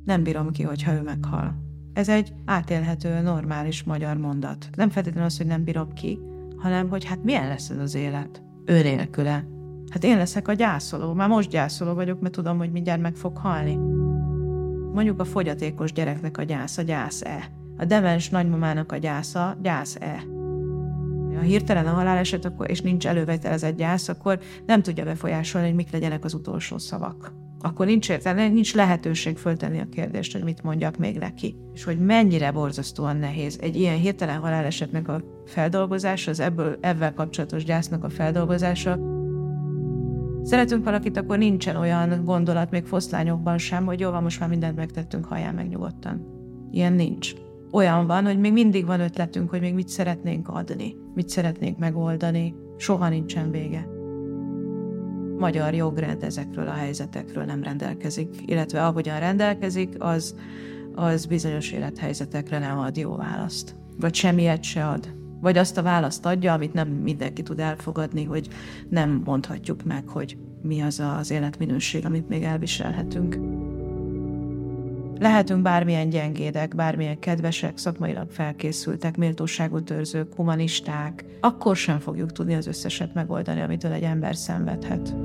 Nem bírom ki, hogyha ő meghal. Ez egy átélhető, normális magyar mondat. Nem feltétlenül az, hogy nem bírom ki, hanem hogy hát milyen lesz ez az élet ő nélküle. Hát én leszek a gyászoló. Már most gyászoló vagyok, mert tudom, hogy mindjárt meg fog halni. Mondjuk a fogyatékos gyereknek a gyász-e. A demens nagymamának a gyász-e. Ha hirtelen a haláleset, akkor, és nincs elővetelezett gyász, akkor nem tudja befolyásolni, hogy mik legyenek az utolsó szavak. Akkor nincs lehetőség föltenni a kérdést, hogy mit mondjak még neki. És hogy mennyire borzasztóan nehéz egy ilyen hirtelen halálesetnek a feldolgozása, az ebben kapcsolatos gyásznak a feldolgozása. Szeretünk valakit, akkor nincsen olyan gondolat, még foszlányokban sem, hogy jó, van, most már mindent megtettünk, halljál meg nyugodtan. Ilyen nincs. Olyan van, hogy még mindig van ötletünk, hogy még mit szeretnénk adni, mit szeretnénk megoldani. Soha nincsen vége. Magyar jogrend ezekről a helyzetekről nem rendelkezik, illetve ahogyan rendelkezik, az bizonyos élethelyzetekre nem ad jó választ. Vagy semmiet se ad. Vagy azt a választ adja, amit nem mindenki tud elfogadni, hogy nem mondhatjuk meg, hogy mi az az életminőség, amit még elviselhetünk. Lehetünk bármilyen gyengédek, bármilyen kedvesek, szakmailag felkészültek, méltóságot őrzők, humanisták, akkor sem fogjuk tudni az összeset megoldani, amitől egy ember szenvedhet.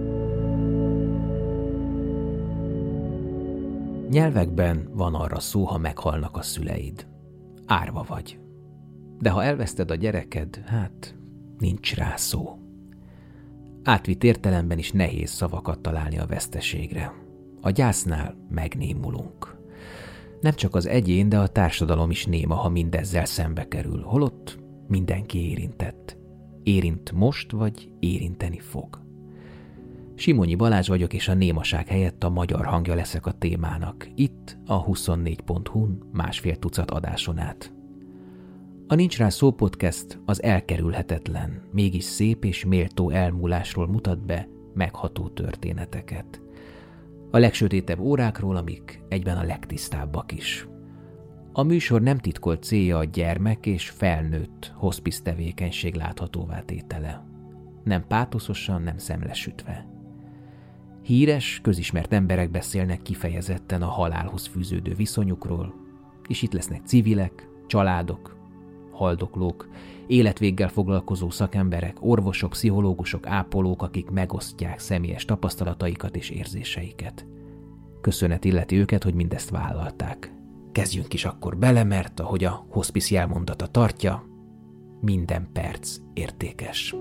Nyelvekben van arra szó, ha meghalnak a szüleid. Árva vagy. De ha elveszted a gyereked, hát nincs rá szó. Átvitt értelemben is nehéz szavakat találni a veszteségre. A gyásznál megnémulunk. Nem csak az egyén, de a társadalom is néma, ha mindezzel szembe kerül, holott mindenki érintett. Érint most, vagy érinteni fog. Simonyi Balázs vagyok, és a némaság helyett a magyar hangja leszek a témának, itt a 24.hu-n másfél tucat adáson át. A Nincs rá szó podcast az elkerülhetetlen, mégis szép és méltó elmúlásról mutat be megható történeteket. A legsötétebb órákról, amik egyben a legtisztábbak is. A műsor nem titkolt célja a gyermek és felnőtt hospice tevékenység láthatóvá tétele. Nem pátoszosan, nem szemlesütve. Híres, közismert emberek beszélnek kifejezetten a halálhoz fűződő viszonyukról, és itt lesznek civilek, családok, haldoklók, életvéggel foglalkozó szakemberek, orvosok, pszichológusok, ápolók, akik megosztják személyes tapasztalataikat és érzéseiket. Köszönet illeti őket, hogy mindezt vállalták. Kezdjünk is akkor bele, mert ahogy a hospice jelmondata tartja, minden perc értékes.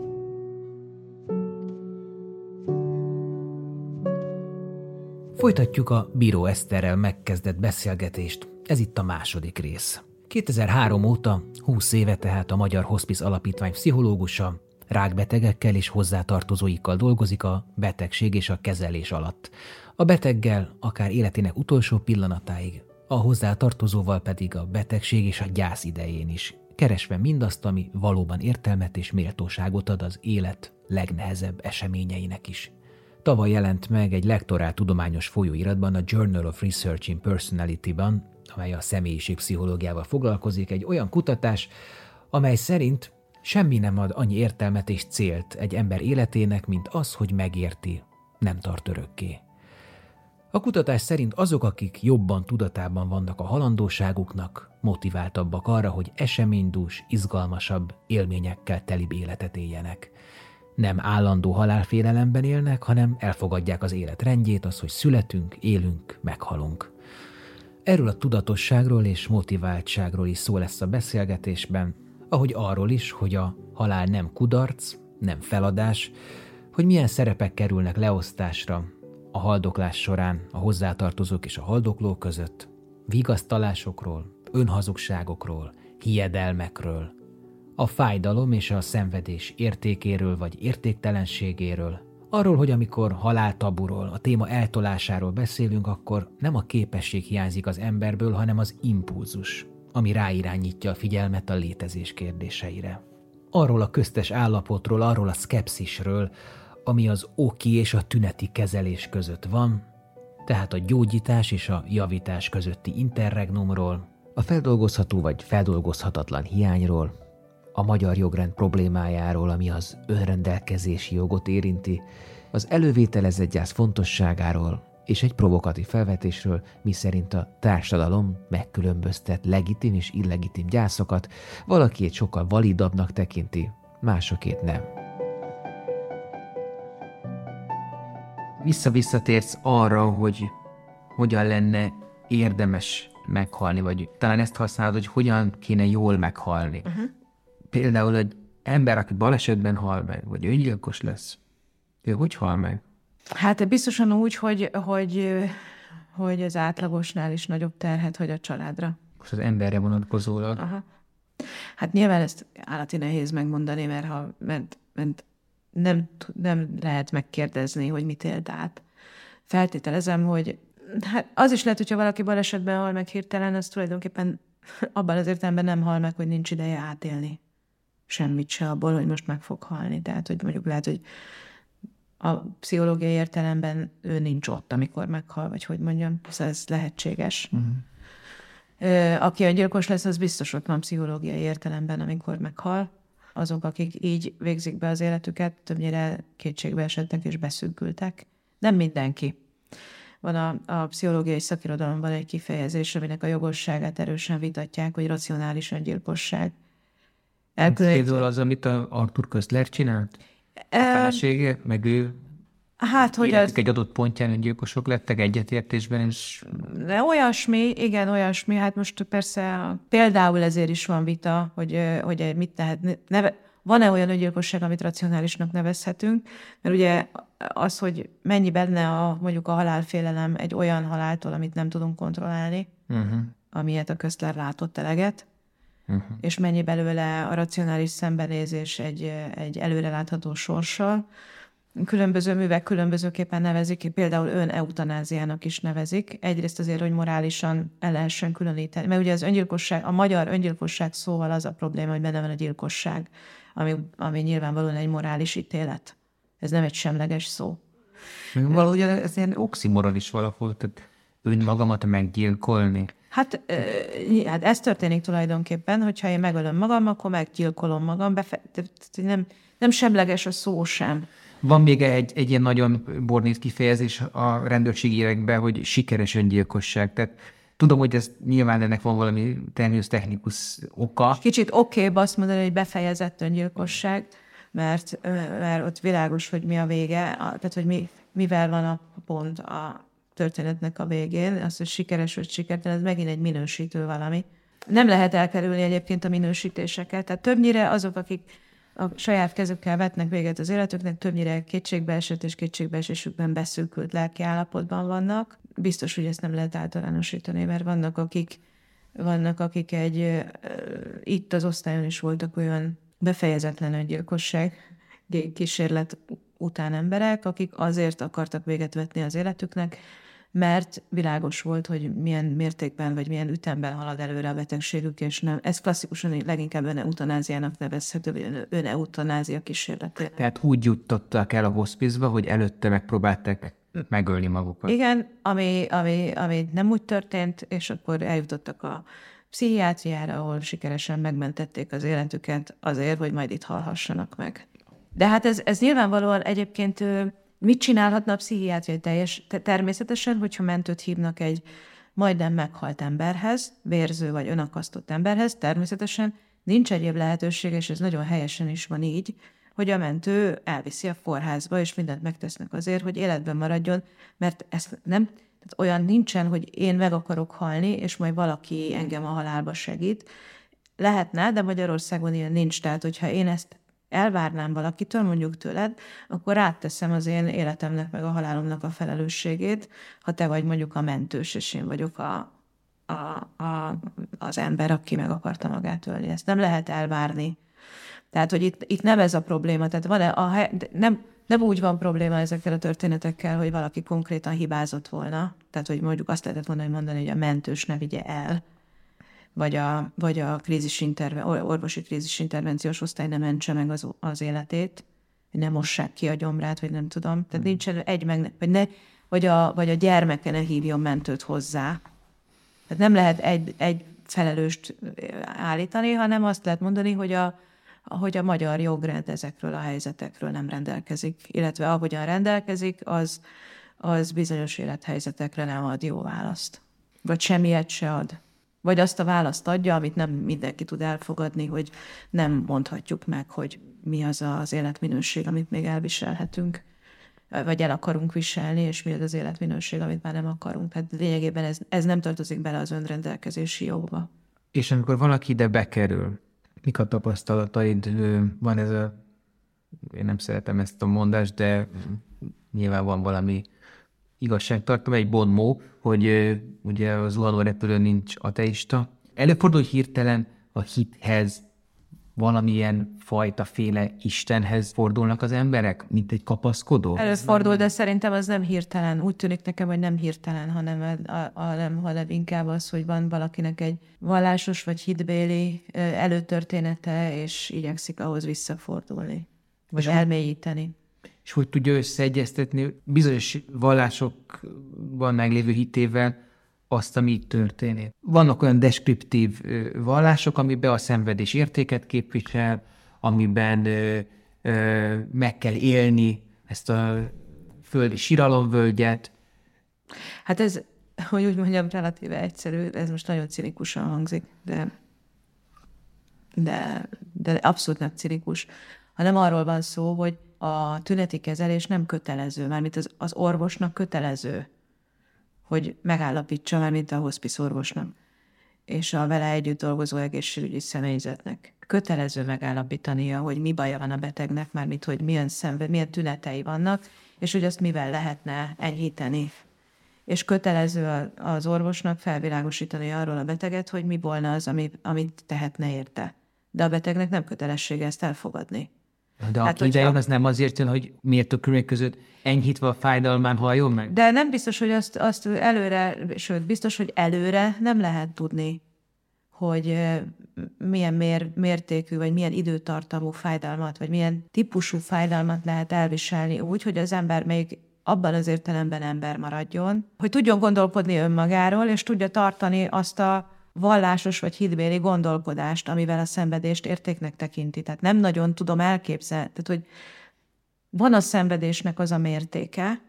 Folytatjuk a Bíró Eszterrel megkezdett beszélgetést, ez itt a második rész. 2003 óta, 20 éve tehát a Magyar Hospice Alapítvány pszichológusa, rákbetegekkel és hozzátartozóikkal dolgozik a betegség és a kezelés alatt. A beteggel akár életének utolsó pillanatáig, a hozzátartozóval pedig a betegség és a gyász idején is, keresve mindazt, ami valóban értelmet és méltóságot ad az élet legnehezebb eseményeinek is. Tavaly jelent meg egy lektorált tudományos folyóiratban, a Journal of Research in Personality-ban, amely a személyiségpszichológiával foglalkozik, egy olyan kutatás, amely szerint semmi nem ad annyi értelmet és célt egy ember életének, mint az, hogy megérti, nem tart örökké. A kutatás szerint azok, akik jobban tudatában vannak a halandóságuknak, motiváltabbak arra, hogy eseménydús, izgalmasabb, élményekkel telibb életet éljenek. Nem állandó halálfélelemben élnek, hanem elfogadják az élet rendjét, az, hogy születünk, élünk, meghalunk. Erről a tudatosságról és motiváltságról is szó lesz a beszélgetésben, ahogy arról is, hogy a halál nem kudarc, nem feladás, hogy milyen szerepek kerülnek leosztásra a haldoklás során a hozzátartozók és a haldoklók között, vigasztalásokról, önhazugságokról, hiedelmekről, a fájdalom és a szenvedés értékéről vagy értéktelenségéről, arról, hogy amikor haláltaburól, a téma eltolásáról beszélünk, akkor nem a képesség hiányzik az emberből, hanem az impulzus, ami ráirányítja a figyelmet a létezés kérdéseire. Arról a köztes állapotról, arról a szkepszisről, ami az oki és a tüneti kezelés között van, tehát a gyógyítás és a javítás közötti interregnumról, a feldolgozható vagy feldolgozhatatlan hiányról, a magyar jogrend problémájáról, ami az önrendelkezési jogot érinti, az elővételezett gyász fontosságáról és egy provokatív felvetésről, miszerint a társadalom megkülönböztet legitim és illegitim gyászokat, valakiét sokkal validabbnak tekinti, másokét nem. Visszatérsz arra, hogy hogyan lenne érdemes meghalni, vagy talán ezt használod, hogy hogyan kéne jól meghalni. Például egy ember, aki balesetben hal meg, vagy öngyilkos lesz, ő hogy hal meg? Hát biztosan úgy, hogy az átlagosnál is nagyobb terhet, hogy a családra. Most az emberre vonatkozólag. Aha. Hát nyilván ezt állati nehéz megmondani, mert nem lehet megkérdezni, hogy mit élt át. Feltételezem, hogy hát az is lehet, hogyha valaki balesetben hal meg hirtelen, az tulajdonképpen abban az értelemben nem hal meg, hogy nincs ideje átélni semmit se abból, hogy most meg fog halni. Tehát, hogy mondjuk lehet, hogy a pszichológiai értelemben ő nincs ott, amikor meghal, vagy hogy mondjam, ez lehetséges. Aki öngyilkos lesz, az biztos ott van pszichológiai értelemben, amikor meghal. Azok, akik így végzik be az életüket, többnyire kétségbe esettek és beszűkültek. Nem mindenki. Van a pszichológiai szakirodalomban egy kifejezés, aminek a jogosságát erősen vitatják, hogy racionális öngyilkosság. Például az, amit a Arthur Koestler csinált? A felesége, meg ő hogy egy adott pontján öngyilkosok lettek egyetértésben, és... De olyasmi. Hát most persze például ezért is van vita, hogy mit lehet... Van-e olyan öngyilkosság, amit racionálisnak nevezhetünk? Mert ugye az, hogy mennyi benne mondjuk a halálfélelem egy olyan haláltól, amit nem tudunk kontrollálni, amilyet a Koestler látott eleget, és mennyi belőle a racionális szembenézés egy előrelátható sorssal. Különböző művek különbözőképpen nevezik, például eutanáziának is nevezik. Egyrészt azért, hogy morálisan el lehessen különíteni. Mert ugye az öngyilkosság, a magyar öngyilkosság szóval az a probléma, hogy benne van a gyilkosság, ami nyilvánvalóan egy morális ítélet. Ez nem egy semleges szó. Valahogy ez ilyen oximoron is valahol, tehát önmagamat meggyilkolni. Hát ez történik tulajdonképpen, hogyha én megölöm magam, akkor meggyilkolom magam. Nem semleges a szó sem. Van még egy ilyen nagyon bornét kifejezés a rendőrségi években, hogy sikeres öngyilkosság. Tehát tudom, hogy ez nyilván ennek van valami terminus technicus oka. Kicsit okébb azt mondani, hogy befejezett öngyilkosság, mert ott világos, hogy mi a vége, tehát hogy mivel van a pont a történetnek a végén, az, hogy sikeres vagy sikertelen, ez megint egy minősítő valami. Nem lehet elkerülni egyébként a minősítéseket. Tehát többnyire azok, akik a saját kezükkel vetnek véget az életüknek, többnyire kétségbeesett és kétségbeesésükben beszűkült lelki állapotban vannak. Biztos, hogy ezt nem lehet általánosítani, mert vannak, akik itt az osztályon is voltak olyan befejezetlen öngyilkosság kísérlet után emberek, akik azért akartak véget vetni az életüknek, mert világos volt, hogy milyen mértékben vagy milyen ütemben halad előre a betegségük, és nem. Ez klasszikusan leginkább öneutanáziának nevezhető, vagy öneutanáziá kísérletére. Tehát úgy jutottak el a hospizba, hogy előtte megpróbálták megölni magukat. Igen, ami nem úgy történt, és akkor eljutottak a pszichiátriára, ahol sikeresen megmentették az életüket azért, hogy majd itt halhassanak meg. De hát ez nyilvánvalóan egyébként mit csinálhatna a pszichiátria természetesen, hogyha mentőt hívnak egy majdnem meghalt emberhez, vérző vagy önakasztott emberhez, természetesen nincs egyéb lehetőség, és ez nagyon helyesen is van így, hogy a mentő elviszi a kórházba, és mindent megtesznek azért, hogy életben maradjon, mert ez nem, tehát olyan nincsen, hogy én meg akarok halni, és majd valaki engem a halálba segít. Lehetne, de Magyarországon ilyen nincs, tehát hogyha én ezt elvárnám valakitől, mondjuk tőled, akkor átteszem az én életemnek, meg a halálomnak a felelősségét, ha te vagy mondjuk a mentős, és én vagyok az ember, aki meg akarta magát ölni. Ezt nem lehet elvárni. Tehát, hogy itt nem ez a probléma. Tehát nem úgy van probléma ezekkel a történetekkel, hogy valaki konkrétan hibázott volna. Tehát, hogy mondjuk azt lehetett volna mondani, hogy a mentős ne vigye el, vagy a orvosi krízisintervenciós osztály ne mentse meg az életét, hogy ne mossák ki a gyomrát, vagy nem tudom. Tehát nincsen vagy a gyermeke ne hívjon mentőt hozzá. Tehát nem lehet egy felelőst állítani, hanem azt lehet mondani, hogy a magyar jogrend ezekről a helyzetekről nem rendelkezik. Illetve ahogyan rendelkezik, az bizonyos élethelyzetekre nem ad jó választ. Vagy semmiet se ad. Vagy azt a választ adja, amit nem mindenki tud elfogadni, hogy nem mondhatjuk meg, hogy mi az az életminőség, amit még elviselhetünk, vagy el akarunk viselni, és mi az az életminőség, amit már nem akarunk. Tehát lényegében ez nem tartozik bele az önrendelkezési jogba. És amikor valaki ide bekerül, mik a tapasztalataid? Van ez én nem szeretem ezt a mondást, de nyilván van valami igazságtartalom, egy bon mot, hogy ugye az zuhanó repülőn nincs ateista. Előfordul, hogy hirtelen a hithez, valamilyen fajtaféle Istenhez fordulnak az emberek, mint egy kapaszkodó? Előfordul, de szerintem az nem hirtelen. Úgy tűnik nekem, hogy nem hirtelen, hanem inkább az, hogy van valakinek egy vallásos vagy hitbéli előtörténete, és igyekszik ahhoz visszafordulni, vagy elmélyíteni. És hogy tudja összeegyeztetni bizonyos vallásokban meglévő hitével azt, ami itt történik. Vannak olyan deskriptív vallások, amiben a szenvedés értéket képvisel, amiben meg kell élni ezt a földi siralomvölgyet. Hát ez, hogy úgy mondjam, relatíve egyszerű, ez most nagyon cinikusan hangzik, de abszolút nem cinikus, hanem arról van szó, hogy a tüneti kezelés nem kötelező, mármint az orvosnak kötelező, hogy megállapítsa, mármint a hospice orvosnak, és a vele együtt dolgozó egészségügyi személyzetnek. Kötelező megállapítania, hogy mi baja van a betegnek, mármint hogy milyen tünetei vannak, és hogy azt mivel lehetne enyhíteni. És kötelező az orvosnak felvilágosítani arról a beteget, hogy mi volna az, amit tehetne érte. De a betegnek nem kötelessége ezt elfogadni. De aki ide jön, az nem azért jön, hogy méltó körülmények között enyhítve a fájdalmán halljon meg? De nem biztos, hogy azt előre, sőt, biztos, hogy előre nem lehet tudni, hogy milyen mértékű, vagy milyen időtartamú fájdalmat, vagy milyen típusú fájdalmat lehet elviselni úgy, hogy az ember még abban az értelemben ember maradjon, hogy tudjon gondolkodni önmagáról, és tudja tartani azt a vallásos vagy hitbéli gondolkodást, amivel a szenvedést értéknek tekinti. Tehát nem nagyon tudom elképzelni. Tehát, hogy van a szenvedésnek az a mértéke,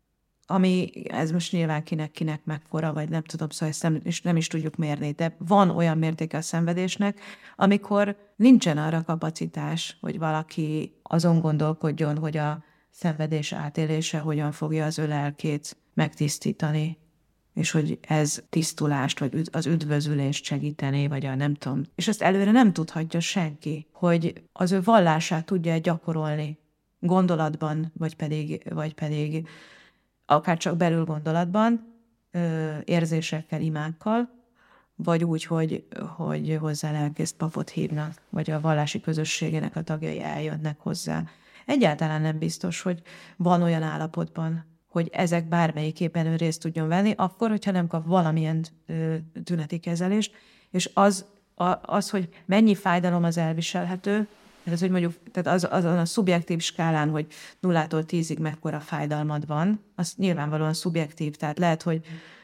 ami, ez most nyilván kinek mekkora, vagy nem tudom, szóval ezt nem is tudjuk mérni, de van olyan mértéke a szenvedésnek, amikor nincsen arra kapacitás, hogy valaki azon gondolkodjon, hogy a szenvedés átélése hogyan fogja az ő lelkét megtisztítani, és hogy ez tisztulást, vagy az üdvözülést segíteni, vagy a nem tudom. És ezt előre nem tudhatja senki, hogy az ő vallását tudja gyakorolni gondolatban, vagy pedig akár csak belül gondolatban, érzésekkel, imákkal, vagy úgy, hogy hozzá lelkészt papot hívnak, vagy a vallási közösségének a tagjai eljönnek hozzá. Egyáltalán nem biztos, hogy van olyan állapotban, hogy ezek bármelyikében ő részt tudjon venni, akkor, hogyha nem kap valamilyen tüneti kezelést, és az, hogy mennyi fájdalom az elviselhető, ez, hogy mondjuk, tehát azon a szubjektív skálán, hogy 0-tól 10-ig mekkora fájdalmad van, az nyilvánvalóan szubjektív, tehát lehet, hogy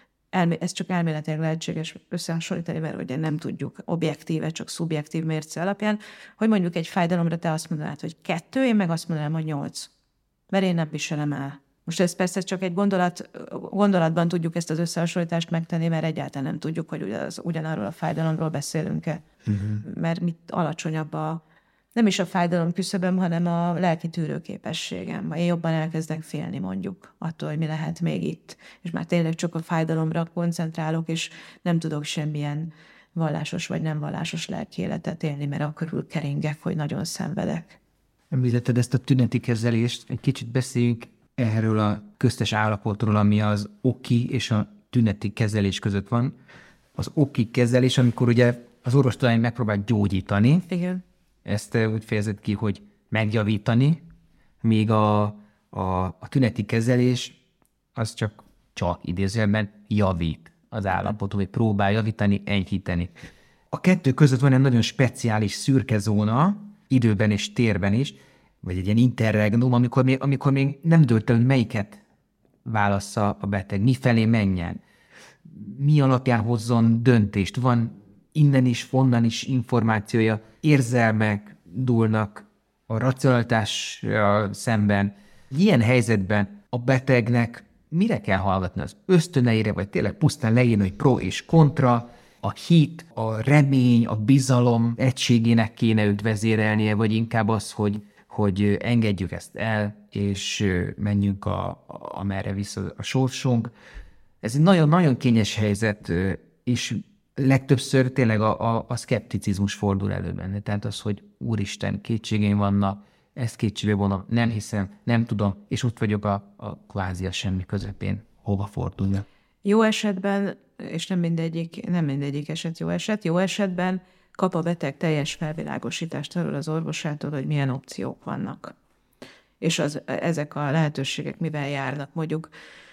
ez csak elméletileg lehetséges összehasonlítani, mert ugye nem tudjuk objektíve, csak szubjektív mérce alapján, hogy mondjuk egy fájdalomra te azt mondanád, hogy 2, én meg azt mondanám, hogy 8. Mert én nem viselem el. Most ez persze csak egy gondolatban tudjuk ezt az összehasonlítást megtenni, mert egyáltalán nem tudjuk, hogy ugyanarról a fájdalomról beszélünk-e. Mert mit alacsonyabb nem is a fájdalom küszöböm, hanem a lelki tűrőképességem. Én jobban elkezdek félni mondjuk attól, hogy mi lehet még itt. És már tényleg csak a fájdalomra koncentrálok, és nem tudok semmilyen vallásos vagy nem vallásos lelki életet élni, mert akkor keringek, hogy nagyon szenvedek. Említetted ezt a tüneti kezelést, egy kicsit beszéljünk erről a köztes állapotról, ami az oki és a tüneti kezelés között van. Az oki kezelés, amikor ugye az orvostudomány megpróbál gyógyítani. Igen. Ezt úgy fejezed ki, hogy megjavítani, míg a tüneti kezelés az csak idézőjelben javít az állapoton, vagy próbál javítani, enyhíteni. A kettő között van egy nagyon speciális szürke zóna, időben és térben is, vagy egy ilyen interregnum, amikor még nem dőlt el, hogy melyiket válassza a beteg, mifelé menjen, mi alapján hozzon döntést. Van innen is, onnan is információja, érzelmek dúlnak a racionalitással szemben. Ilyen helyzetben a betegnek mire kell hallgatni, az ösztöneire, vagy tényleg pusztán leírni, hogy pro és kontra, a hit, a remény, a bizalom egységének kéne őt vezérelnie, vagy inkább az, hogy engedjük ezt el, és menjünk amerre vissza a sorsunk. Ez egy nagyon-nagyon kényes helyzet, és legtöbbször tényleg a szkepticizmus fordul elő benne. Tehát az, hogy úristen, kétségeim vannak, ezt kétségbe vonom, nem hiszem, nem tudom, és ott vagyok a kvázi a semmi közepén, hova fordulja. Jó esetben, és nem mindegyik eset jó esetben kap a beteg teljes felvilágosítást arról az orvosától, hogy milyen opciók vannak. És ezek a lehetőségek mivel járnak. Mondjuk,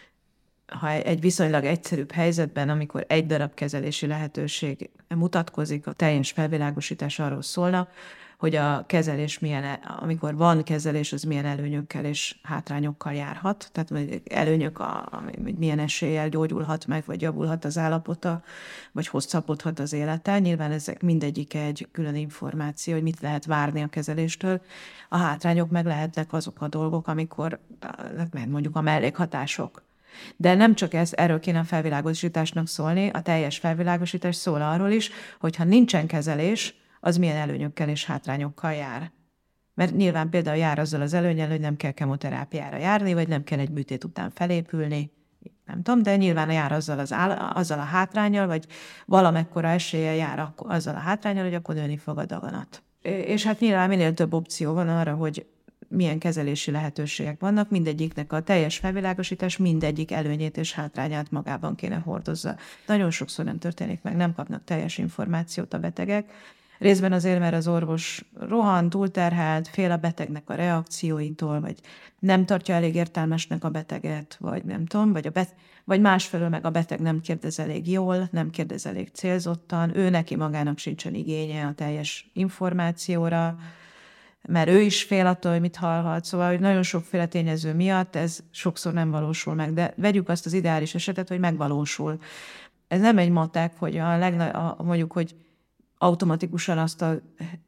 ha egy viszonylag egyszerűbb helyzetben, amikor egy darab kezelési lehetőség mutatkozik, a teljes felvilágosítás arról szólna, hogy a kezelés amikor van kezelés, az milyen előnyökkel és hátrányokkal járhat. Tehát előnyök, hogy milyen eséllyel gyógyulhat meg, vagy javulhat az állapota, vagy hosszabbodhat az élete. Nyilván ezek mindegyik egy külön információ, hogy mit lehet várni a kezeléstől. A hátrányok meg lehetnek azok a dolgok, amikor mondjuk a mellékhatások. De nem csak erről kéne a felvilágosításnak szólni, a teljes felvilágosítás szól arról is, hogy ha nincsen kezelés, az milyen előnyökkel és hátrányokkal jár. Mert nyilván például jár azzal az előnnyel, hogy nem kell kemoterápiára járni, vagy nem kell egy műtét után felépülni, nem tudom, de nyilván jár azzal a hátránnyal, vagy valamekkora eséllyel jár azzal a hátránnyal, hogy akkor nőni fog a daganat. És hát nyilván minél több opció van arra, hogy milyen kezelési lehetőségek vannak, mindegyiknek a teljes felvilágosítás mindegyik előnyét és hátrányát magában kéne hordozza. Nagyon sokszor nem történik meg, nem kapnak teljes információt a betegek, részben azért, mert az orvos rohan, túlterhelt, fél a betegnek a reakcióitól, vagy nem tartja elég értelmesnek a beteget, vagy nem tudom, vagy másfelől meg a beteg nem kérdez elég jól, nem kérdez elég célzottan, ő neki magának sincsen igénye a teljes információra, mert ő is fél attól, hogy mit hallhat. Szóval, hogy nagyon sokféle tényező miatt ez sokszor nem valósul meg, de vegyük azt az ideális esetet, hogy megvalósul. Ez nem egy matek, hogy mondjuk, hogy automatikusan azt a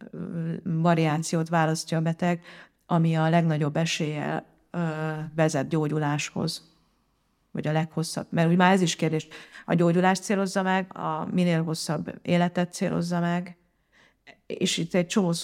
variációt választja a beteg, ami a legnagyobb eséllyel vezet gyógyuláshoz, vagy a leghosszabb. Mert úgy már ez is kérdés. A gyógyulást célozza meg, a minél hosszabb életet célozza meg, és itt egy csomó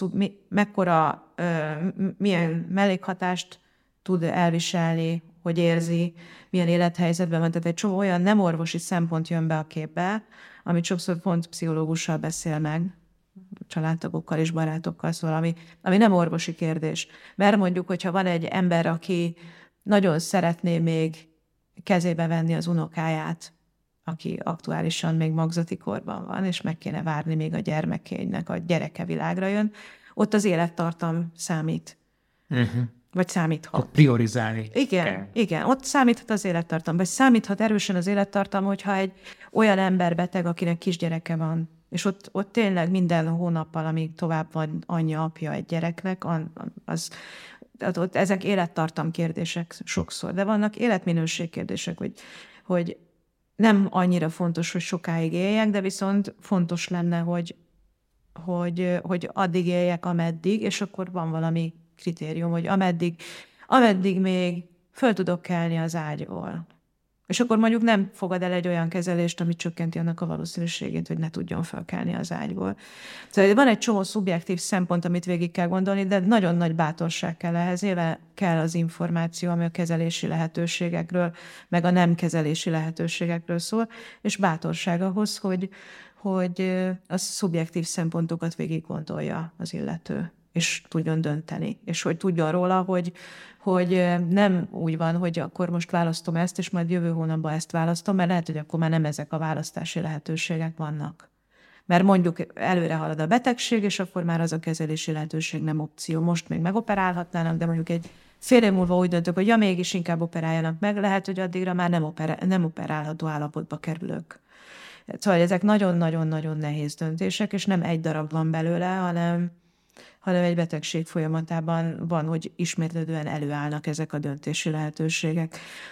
milyen mellékhatást tud elviselni, hogy érzi, milyen élethelyzetben van. Tehát egy csomó olyan nem orvosi szempont jön be a képbe, amit sokszor pont pszichológussal beszél meg, családtagokkal és barátokkal, szóval ami nem orvosi kérdés. Mert mondjuk, hogyha van egy ember, aki nagyon szeretné még kezébe venni az unokáját, aki aktuálisan még magzati korban van, és meg kéne várni, még a gyermekének a gyereke világra jön, ott az élettartam számít. Uh-huh. Vagy számíthat. Ott priorizálni. Igen, ott számíthat az élettartam, vagy számíthat erősen az élettartam, hogyha egy olyan ember beteg, akinek kisgyereke van, és ott tényleg minden hónappal, amíg tovább van anyja, apja egy gyereknek, ott ezek élettartam kérdések sokszor, de vannak életminőség kérdések, hogy nem annyira fontos, hogy sokáig éljek, de viszont fontos lenne, hogy addig éljek, ameddig, és akkor van valami kritérium, hogy ameddig még föl tudok kelni az ágyból. És akkor mondjuk nem fogad el egy olyan kezelést, ami csökkenti annak a valószínűségét, hogy ne tudjon fölkelni az ágyból. Szóval van egy csomó szubjektív szempont, amit végig kell gondolni, de nagyon nagy bátorság kell ehhez. Éve kell az információ, ami a kezelési lehetőségekről, meg a nem kezelési lehetőségekről szól, és bátorság ahhoz, hogy a szubjektív szempontokat végig gondolja az illető, és tudjon dönteni, és hogy tudjon róla, hogy nem úgy van, hogy akkor most választom ezt, és majd jövő hónapban ezt választom, mert lehet, hogy akkor már nem ezek a választási lehetőségek vannak. Mert mondjuk előre halad a betegség, és akkor már az a kezelési lehetőség nem opció. Most még megoperálhatnának, de mondjuk egy fél év múlva úgy döntök, hogy ja, mégis inkább operáljanak meg, lehet, hogy addigra már nem operálható állapotba kerülök. Szóval ezek nagyon-nagyon-nagyon nehéz döntések, és nem egy darab van belőle, hanem egy betegség folyamatában van, hogy ismétlődően előállnak ezek a döntési lehetőségek.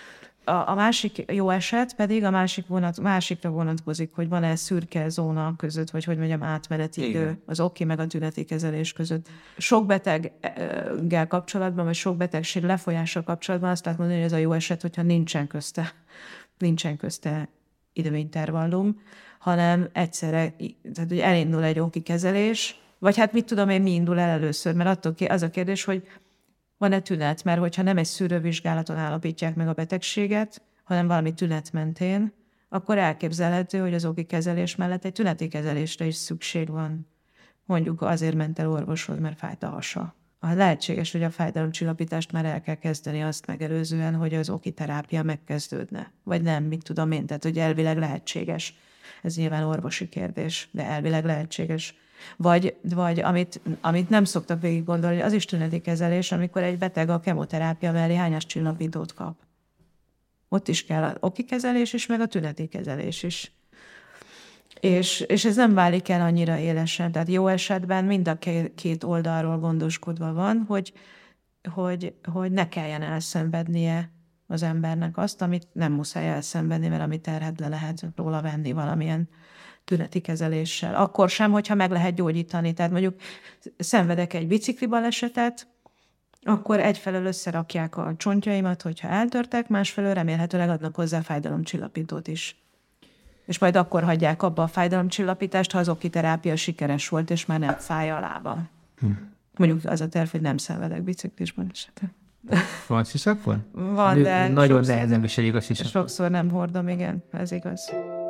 A másik jó eset pedig a másikra vonatkozik, hogy van-e szürke zóna között, vagy hogy mondjam, átmeneti idő az oki meg a tüneti kezelés között. Sok beteggel kapcsolatban, vagy sok betegség lefolyással kapcsolatban azt lehet mondani, hogy ez a jó eset, hogyha nincsen közte időintervallum, hanem egyszerre, tehát hogy elindul egy oki kezelés, vagy hát mit tudom én, mi indul el először, mert attól az a kérdés, hogy van-e tünet, mert hogyha nem egy szűrővizsgálaton állapítják meg a betegséget, hanem valami tünet mentén, akkor elképzelhető, hogy az oki kezelés mellett egy tüneti kezelésre is szükség van. Mondjuk azért ment el orvoshoz, mert fájt a hasa. Lehetséges, hogy a fájdalomcsillapítást már el kell kezdeni azt megelőzően, hogy az oki terápia megkezdődne. Vagy nem, mit tudom én, tehát hogy elvileg lehetséges. Ez nyilván orvosi kérdés, de elvileg lehetséges. Vagy amit nem szoktak végig gondolni, az is tüneti kezelés, amikor egy beteg a kemoterápia mellé hányáscsillapítót kap. Ott is kell az oki kezelés is, meg a tüneti kezelés is. És ez nem válik el annyira élesen. Tehát jó esetben mind a két oldalról gondoskodva van, hogy ne kelljen elszenvednie az embernek azt, amit nem muszáj elszenvedni, mert amit terhet le lehet róla venni valamilyen tüneti kezeléssel. Akkor sem, hogyha meg lehet gyógyítani. Tehát mondjuk szenvedek egy bicikli balesetet, akkor egyfelől összerakják a csontjaimat, hogyha eltörtek, másfelől remélhetőleg adnak hozzá fájdalomcsillapítót is. És majd akkor hagyják abba a fájdalomcsillapítást, ha az oki terápia sikeres volt, és már nem fáj a lába. Mondjuk az a terv, hogy nem szenvedek biciklis balesetet. Van sisak van? Van, de nagyon nehezen viseljük a sisakot. Sokszor nem hordom, igen, ez igaz.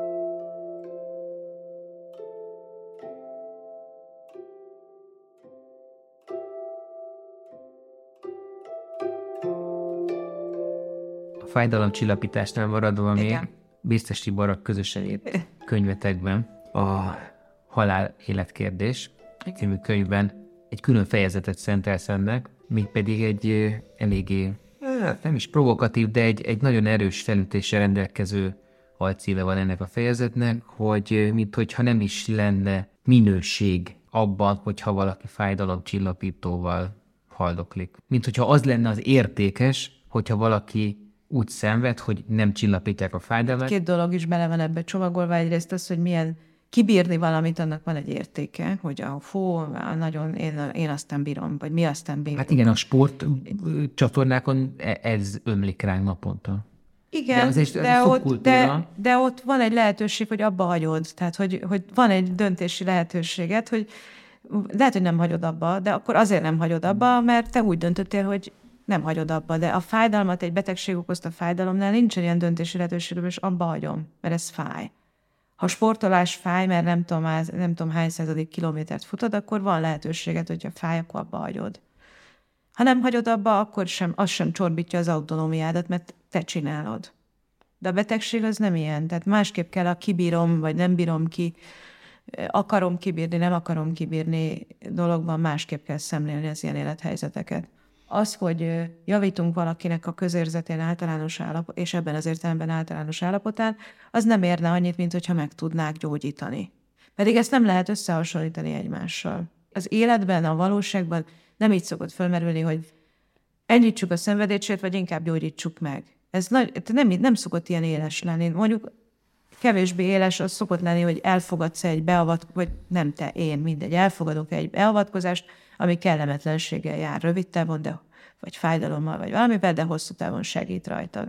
A fájdalomcsillapításnál maradva még Bírczes Tiborral közösen írt könyvetekben a Halál életkérdés című könyvben egy külön fejezetet szentelsz ennek, mégpedig egy eléggé, nem is provokatív, de egy nagyon erős felütéssel rendelkező alcíme van ennek a fejezetnek, hogy minthogyha nem is lenne minőség abban, hogyha valaki fájdalomcsillapítóval haldoklik. Minthogyha az lenne az értékes, hogyha valaki úgy szenved, hogy nem csillapítják a fájdalmat. Két dolog is bele van ebbe csomagolva. Egyrészt az, hogy milyen kibírni valamit, annak van egy értéke, hogy nagyon én aztán bírom, vagy mi aztán bírom. Hát igen, a sport csatornákon ez ömlik ránk naponta. Igen, de ott van egy lehetőség, hogy abba hagyod. Tehát, hogy van egy döntési lehetőséged, hogy lehet, hogy nem hagyod abba, de akkor azért nem hagyod abba, mert te úgy döntöttél, hogy nem hagyod abba. De a fájdalmat, egy betegség okozta fájdalomnál nincsen ilyen döntési lehetőségem, és abba hagyom, mert ez fáj. Ha sportolás fáj, mert nem tudom hány századik kilométert futod, akkor van lehetőséged, hogyha fáj, akkor abba hagyod. Ha nem hagyod abba, akkor az sem csorbítja az autonómiádat, mert te csinálod. De a betegség az nem ilyen. Tehát másképp kell a kibírom, vagy nem bírom ki, akarom kibírni, nem akarom kibírni dologban, másképp kell szemlélni az ilyen élethelyzeteket. Az, hogy javítunk valakinek a közérzetén általános állapot, és ebben az értelemben általános állapotán, az nem érne annyit, mint hogyha meg tudnák gyógyítani. Pedig ezt nem lehet összehasonlítani egymással. Az életben, a valóságban nem így szokott fölmerülni, hogy enyhítsük a szenvedését, vagy inkább gyógyítsuk meg. Ez nem szokott ilyen éles lenni. Mondjuk kevésbé éles az szokott lenni, hogy elfogadsz egy beavatkozást, vagy nem te, én, mindegy, elfogadok egy beavatkozást, ami kellemetlenséggel jár rövid távon, vagy fájdalommal, vagy valamivel, de hosszú távon segít rajtad.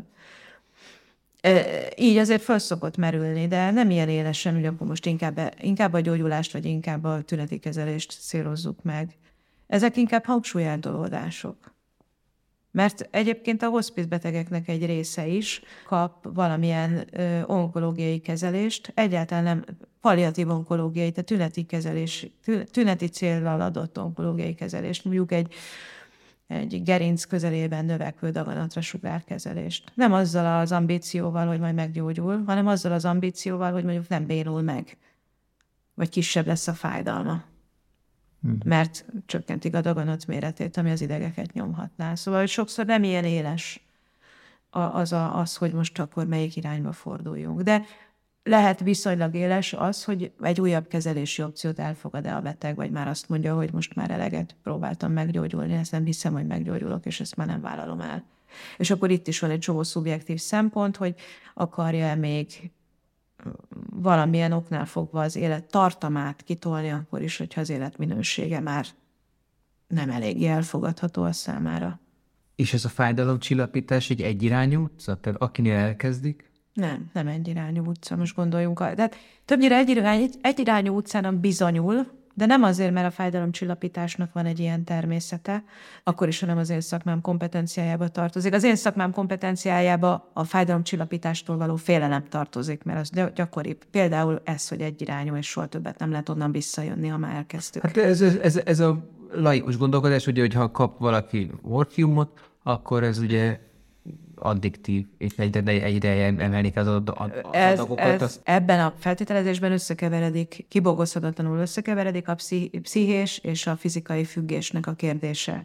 Így azért föl szokott merülni, de nem ilyen élesen, hogy akkor most inkább a gyógyulást, vagy inkább a tüneti kezelést célozzuk meg. Ezek inkább hangsúlyeltolódások. Mert egyébként a hospice betegeknek egy része is kap valamilyen onkológiai kezelést, egyáltalán nem palliatív onkológiai, tehát tüneti kezelés, tüneti céllal adott onkológiai kezelést, mondjuk egy gerinc közelében növekvő daganatra sugárkezelést. Nem azzal az ambícióval, hogy majd meggyógyul, hanem azzal az ambícióval, hogy mondjuk nem bénul meg, vagy kisebb lesz a fájdalma. Mert csökkentik a daganat méretét, ami az idegeket nyomhatná. Szóval, hogy sokszor nem ilyen éles az, hogy most akkor melyik irányba forduljunk. De lehet viszonylag éles az, hogy egy újabb kezelési opciót elfogad-e a beteg, vagy már azt mondja, hogy most már eleget próbáltam meggyógyulni, ezt nem hiszem, hogy meggyógyulok, és ezt már nem vállalom el. És akkor itt is van egy csomó szubjektív szempont, hogy akarja még valamilyen oknál fogva az élet tartamát kitolni, akkor is, hogyha az élet minősége már nem eléggé elfogadható a számára. És ez a fájdalomcsillapítás egy egyirányú utca? Tehát akinél elkezdik? Nem egyirányú utca, most gondoljunk. Tehát többnyire egyirányú utcának bizonyul, de nem azért, mert a fájdalomcsillapításnak van egy ilyen természete, akkor is, hanem az én szakmám kompetenciájába tartozik. Az én szakmám kompetenciájába a fájdalomcsillapítástól való félelem tartozik, mert az gyakoribb. Például ez, hogy egyirányú, és soha többet nem lehet onnan visszajönni, ha már elkezdtük. Hát ez a laikus gondolkodás, ugye, hogy ha kap valaki morfiumot, akkor ez ugye addiktív, és egyre emelni az adagokat. Ebben a feltételezésben összekeveredik, kibogozhatatlanul összekeveredik a pszichés és a fizikai függésnek a kérdése.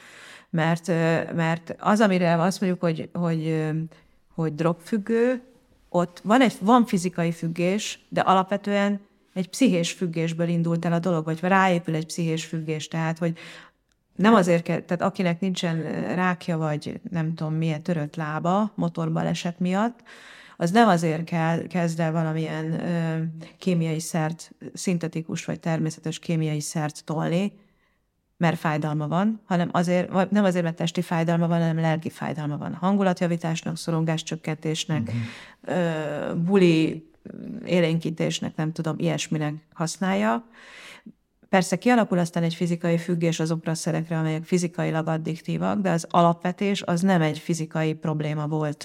Mert az, amire azt mondjuk, hogy drogfüggő, ott van fizikai függés, de alapvetően egy pszichés függésből indult el a dolog, vagy ráépül egy pszichés függés, tehát, hogy nem azért kell, tehát akinek nincsen rákja, vagy nem tudom milyen törött lába motorbaleset miatt, az nem azért kezd el valamilyen kémiai szert, szintetikus vagy természetes kémiai szert tolni, mert fájdalma van, hanem azért, nem azért, mert testi fájdalma van, hanem lelki fájdalma van. Hangulatjavításnak, szorongáscsökkentésnek, buli élénkítésnek, nem tudom, ilyesminek használja. Persze kialakul aztán egy fizikai függés azokra a szerekre, amelyek fizikailag addiktívak, de az alapvetés az nem egy fizikai probléma volt.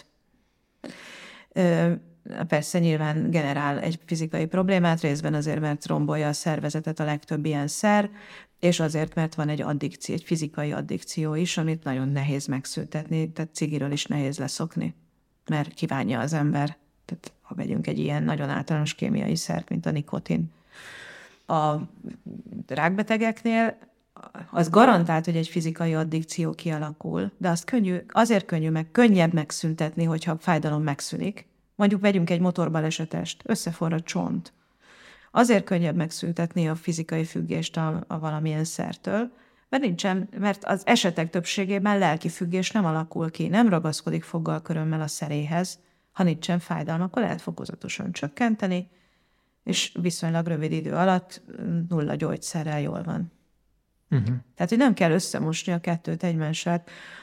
Persze nyilván generál egy fizikai problémát, részben azért, mert rombolja a szervezetet a legtöbb ilyen szer, és azért, mert van egy addikció, egy fizikai addikció is, amit nagyon nehéz megszüntetni, tehát cigiről is nehéz leszokni, mert kívánja az ember. Tehát ha vegyünk egy ilyen nagyon általános kémiai szert, mint a nikotin. A rákbetegeknél az garantált, hogy egy fizikai addikció kialakul, de azt azért könnyebb megszüntetni, hogyha a fájdalom megszűnik. Mondjuk vegyünk egy motorbalesetest, összeforrad csont. Azért könnyebb megszüntetni a fizikai függést a valamilyen szertől, mert az esetek többségében lelki függés nem alakul ki, nem ragaszkodik foggal körömmel a szeréhez. Ha nincsen fájdalma, akkor lehet fokozatosan csökkenteni, és viszonylag rövid idő alatt 0 gyógyszerrel jól van. Uh-huh. Tehát, hogy nem kell összemosni a kettőt egymással.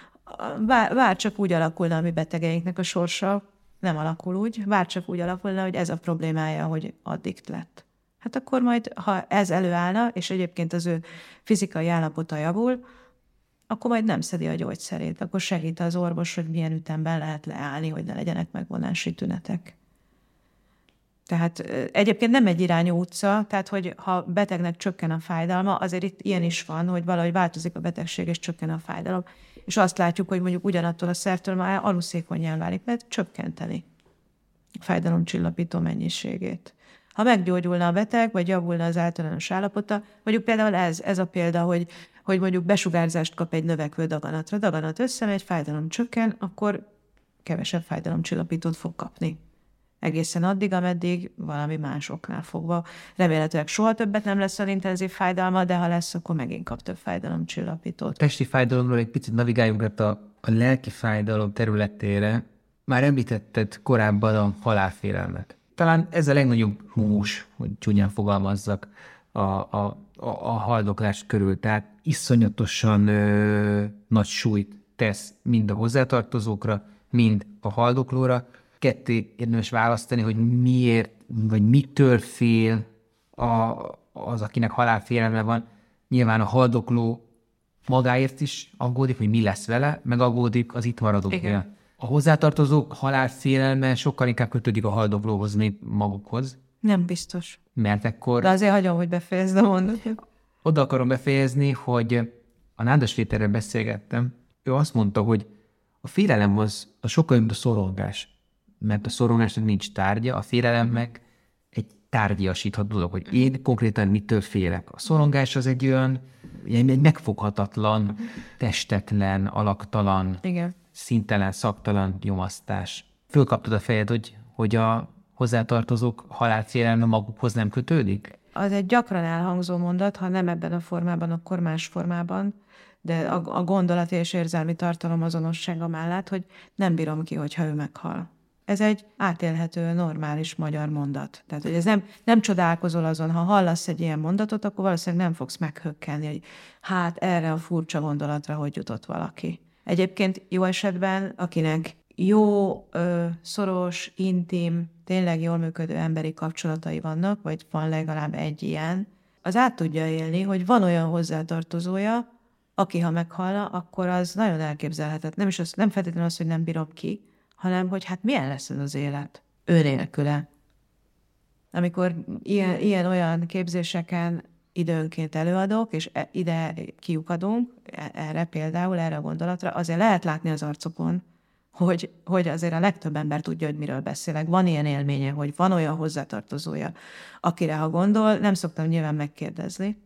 Bár csak úgy alakulna a mi betegeinknek a sorsa, nem alakul úgy, bár csak úgy alakulna, hogy ez a problémája, hogy addikt lett. Hát akkor majd, ha ez előállna, és egyébként az ő fizikai állapota javul, akkor majd nem szedi a gyógyszerét, akkor segít az orvos, hogy milyen ütemben lehet leállni, hogy ne legyenek megvonási tünetek. Tehát egyébként nem egy irányú utca, tehát hogy ha betegnek csökken a fájdalma, azért itt ilyen is van, hogy valahogy változik a betegség, és csökken a fájdalom. És azt látjuk, hogy mondjuk ugyanattól a szertől már aluszékonnyá válik, mert csökkenteni a fájdalomcsillapító mennyiségét. Ha meggyógyulna a beteg, vagy javulna az általános állapota, mondjuk például ez a példa, hogy mondjuk besugárzást kap egy növekvő daganatra, daganat összemegy, fájdalom csökken, akkor kevesebb fájdalomcsillapítót fog kapni. Egészen addig, ameddig valami más oknál fogva. Remélhetőleg soha többet nem lesz az intenzív fájdalma, de ha lesz, akkor megint kap több fájdalomcsillapítót. A testi fájdalomról egy picit navigáljunk a lelki fájdalom területére. Már említetted korábban a halálfélelmet. Talán ez a legnagyobb hús, hogy csúnyán fogalmazzak, a haldoklás körül. Tehát iszonyatosan nagy súlyt tesz mind a hozzátartozókra, mind a haldoklóra. Ketté érdemes választani, hogy miért, vagy mitől fél az, akinek halálfélelme van. Nyilván a haldokló magáért is aggódik, hogy mi lesz vele, meg aggódik az itt maradóknél. A hozzátartozók halálfélelme sokkal inkább kötődik a haldoklóhoz, mint magukhoz. Nem biztos. Mert akkor... De azért hagyom, hogy befejezd a mondatot. Oda akarom befejezni, hogy a Nádas Péterrel beszélgettem. Ő azt mondta, hogy a félelem az sokkal jobb, a szorongás. Mert a szorongásnak nincs tárgya, a félelem meg egy tárgyiasítható dolog, hogy én konkrétan mitől félek. A szorongás az egy olyan, egy megfoghatatlan, testetlen, alaktalan, igen, színtelen, szaktalan nyomasztás. Fölkaptad a fejed, hogy a hozzátartozók halálfélelme magukhoz nem kötődik? Az egy gyakran elhangzó mondat, ha nem ebben a formában, akkor más formában. de a gondolati és érzelmi tartalom azonossága mellett, hogy nem bírom ki, hogyha ő meghal. Ez egy átélhető, normális magyar mondat. Tehát, hogy ez nem csodálkozol azon, ha hallasz egy ilyen mondatot, akkor valószínűleg nem fogsz meghökkenni, hogy hát erre a furcsa gondolatra hogy jutott valaki. Egyébként jó esetben, akinek jó, szoros, intim, tényleg jól működő emberi kapcsolatai vannak, vagy van legalább egy ilyen, az át tudja élni, hogy van olyan hozzátartozója, aki ha meghalna, akkor az nagyon elképzelhetetlen. Nem feltétlenül az, hogy nem bírom ki, hanem hogy hát milyen lesz ez az élet ő nélküle. Amikor ilyen-olyan képzéseken időnként előadok, és ide kiukadunk, erre a gondolatra, azért lehet látni az arcokon, hogy azért a legtöbb ember tudja, hogy miről beszélek. Van ilyen élménye, hogy van olyan hozzátartozója, akire ha gondol, nem szoktam nyilván megkérdezni.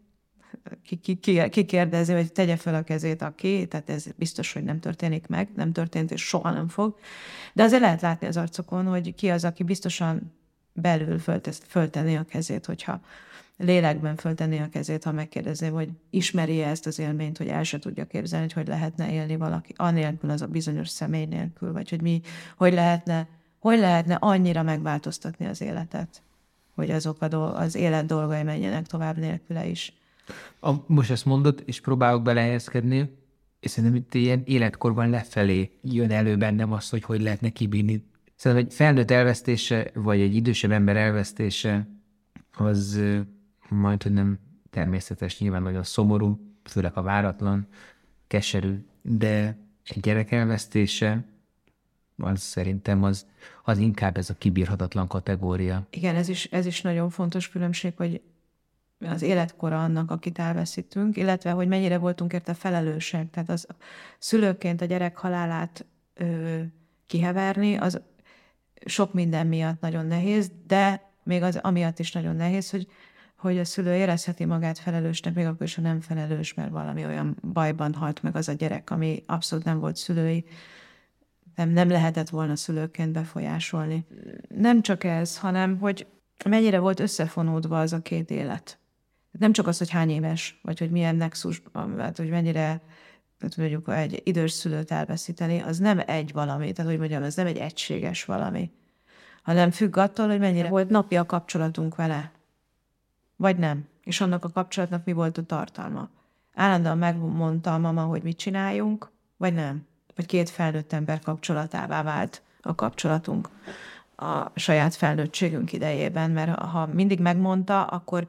Ki kérdezi, hogy tegye fel a kezét tehát ez biztos, hogy nem történik meg, nem történt, és soha nem fog. De azért lehet látni az arcokon, hogy ki az, aki biztosan belül föltenni a kezét, hogyha lélekben föltenni a kezét, ha megkérdezném, hogy ismeri-e ezt az élményt, hogy el se tudja képzelni, hogy lehetne élni valaki anélkül, az a bizonyos személy nélkül, vagy hogy lehetne annyira megváltoztatni az életet, hogy azok az élet dolgai menjenek tovább nélküle is. Most ezt mondod, és próbálok belehelyezkedni, és szerintem itt ilyen életkorban lefelé jön elő bennem az, hogy lehetne kibírni. Szerintem egy felnőtt elvesztése, vagy egy idősebb ember elvesztése, az majd, hogy nem természetes, nyilván nagyon szomorú, főleg a váratlan, keserű, de egy gyerek elvesztése, az szerintem az inkább ez a kibírhatatlan kategória. Igen, ez is nagyon fontos különbség, hogy az életkora annak, akit elveszítünk, illetve, hogy mennyire voltunk érte felelősek. Tehát az szülőként a gyerek halálát kiheverni, az sok minden miatt nagyon nehéz, de még az amiatt is nagyon nehéz, hogy a szülő érezheti magát felelősnek, még akkor is, ha nem felelős, mert valami olyan bajban halt meg az a gyerek, ami abszolút nem volt szülői, nem lehetett volna szülőként befolyásolni. Nem csak ez, hanem hogy mennyire volt összefonódva az a két élet. Nem csak az, hogy hány éves, vagy hogy milyen nexusban, hogy mennyire mondjuk egy idős szülőt elveszíteni, az nem egy valami, tehát hogy mondjam, ez nem egy egységes valami, hanem függ attól, hogy mennyire volt napi a kapcsolatunk vele, vagy nem, és annak a kapcsolatnak mi volt a tartalma. Állandóan megmondta a mama, hogy mit csináljunk, vagy nem, vagy két felnőtt ember kapcsolatává vált a kapcsolatunk a saját felnőttségünk idejében, mert ha mindig megmondta,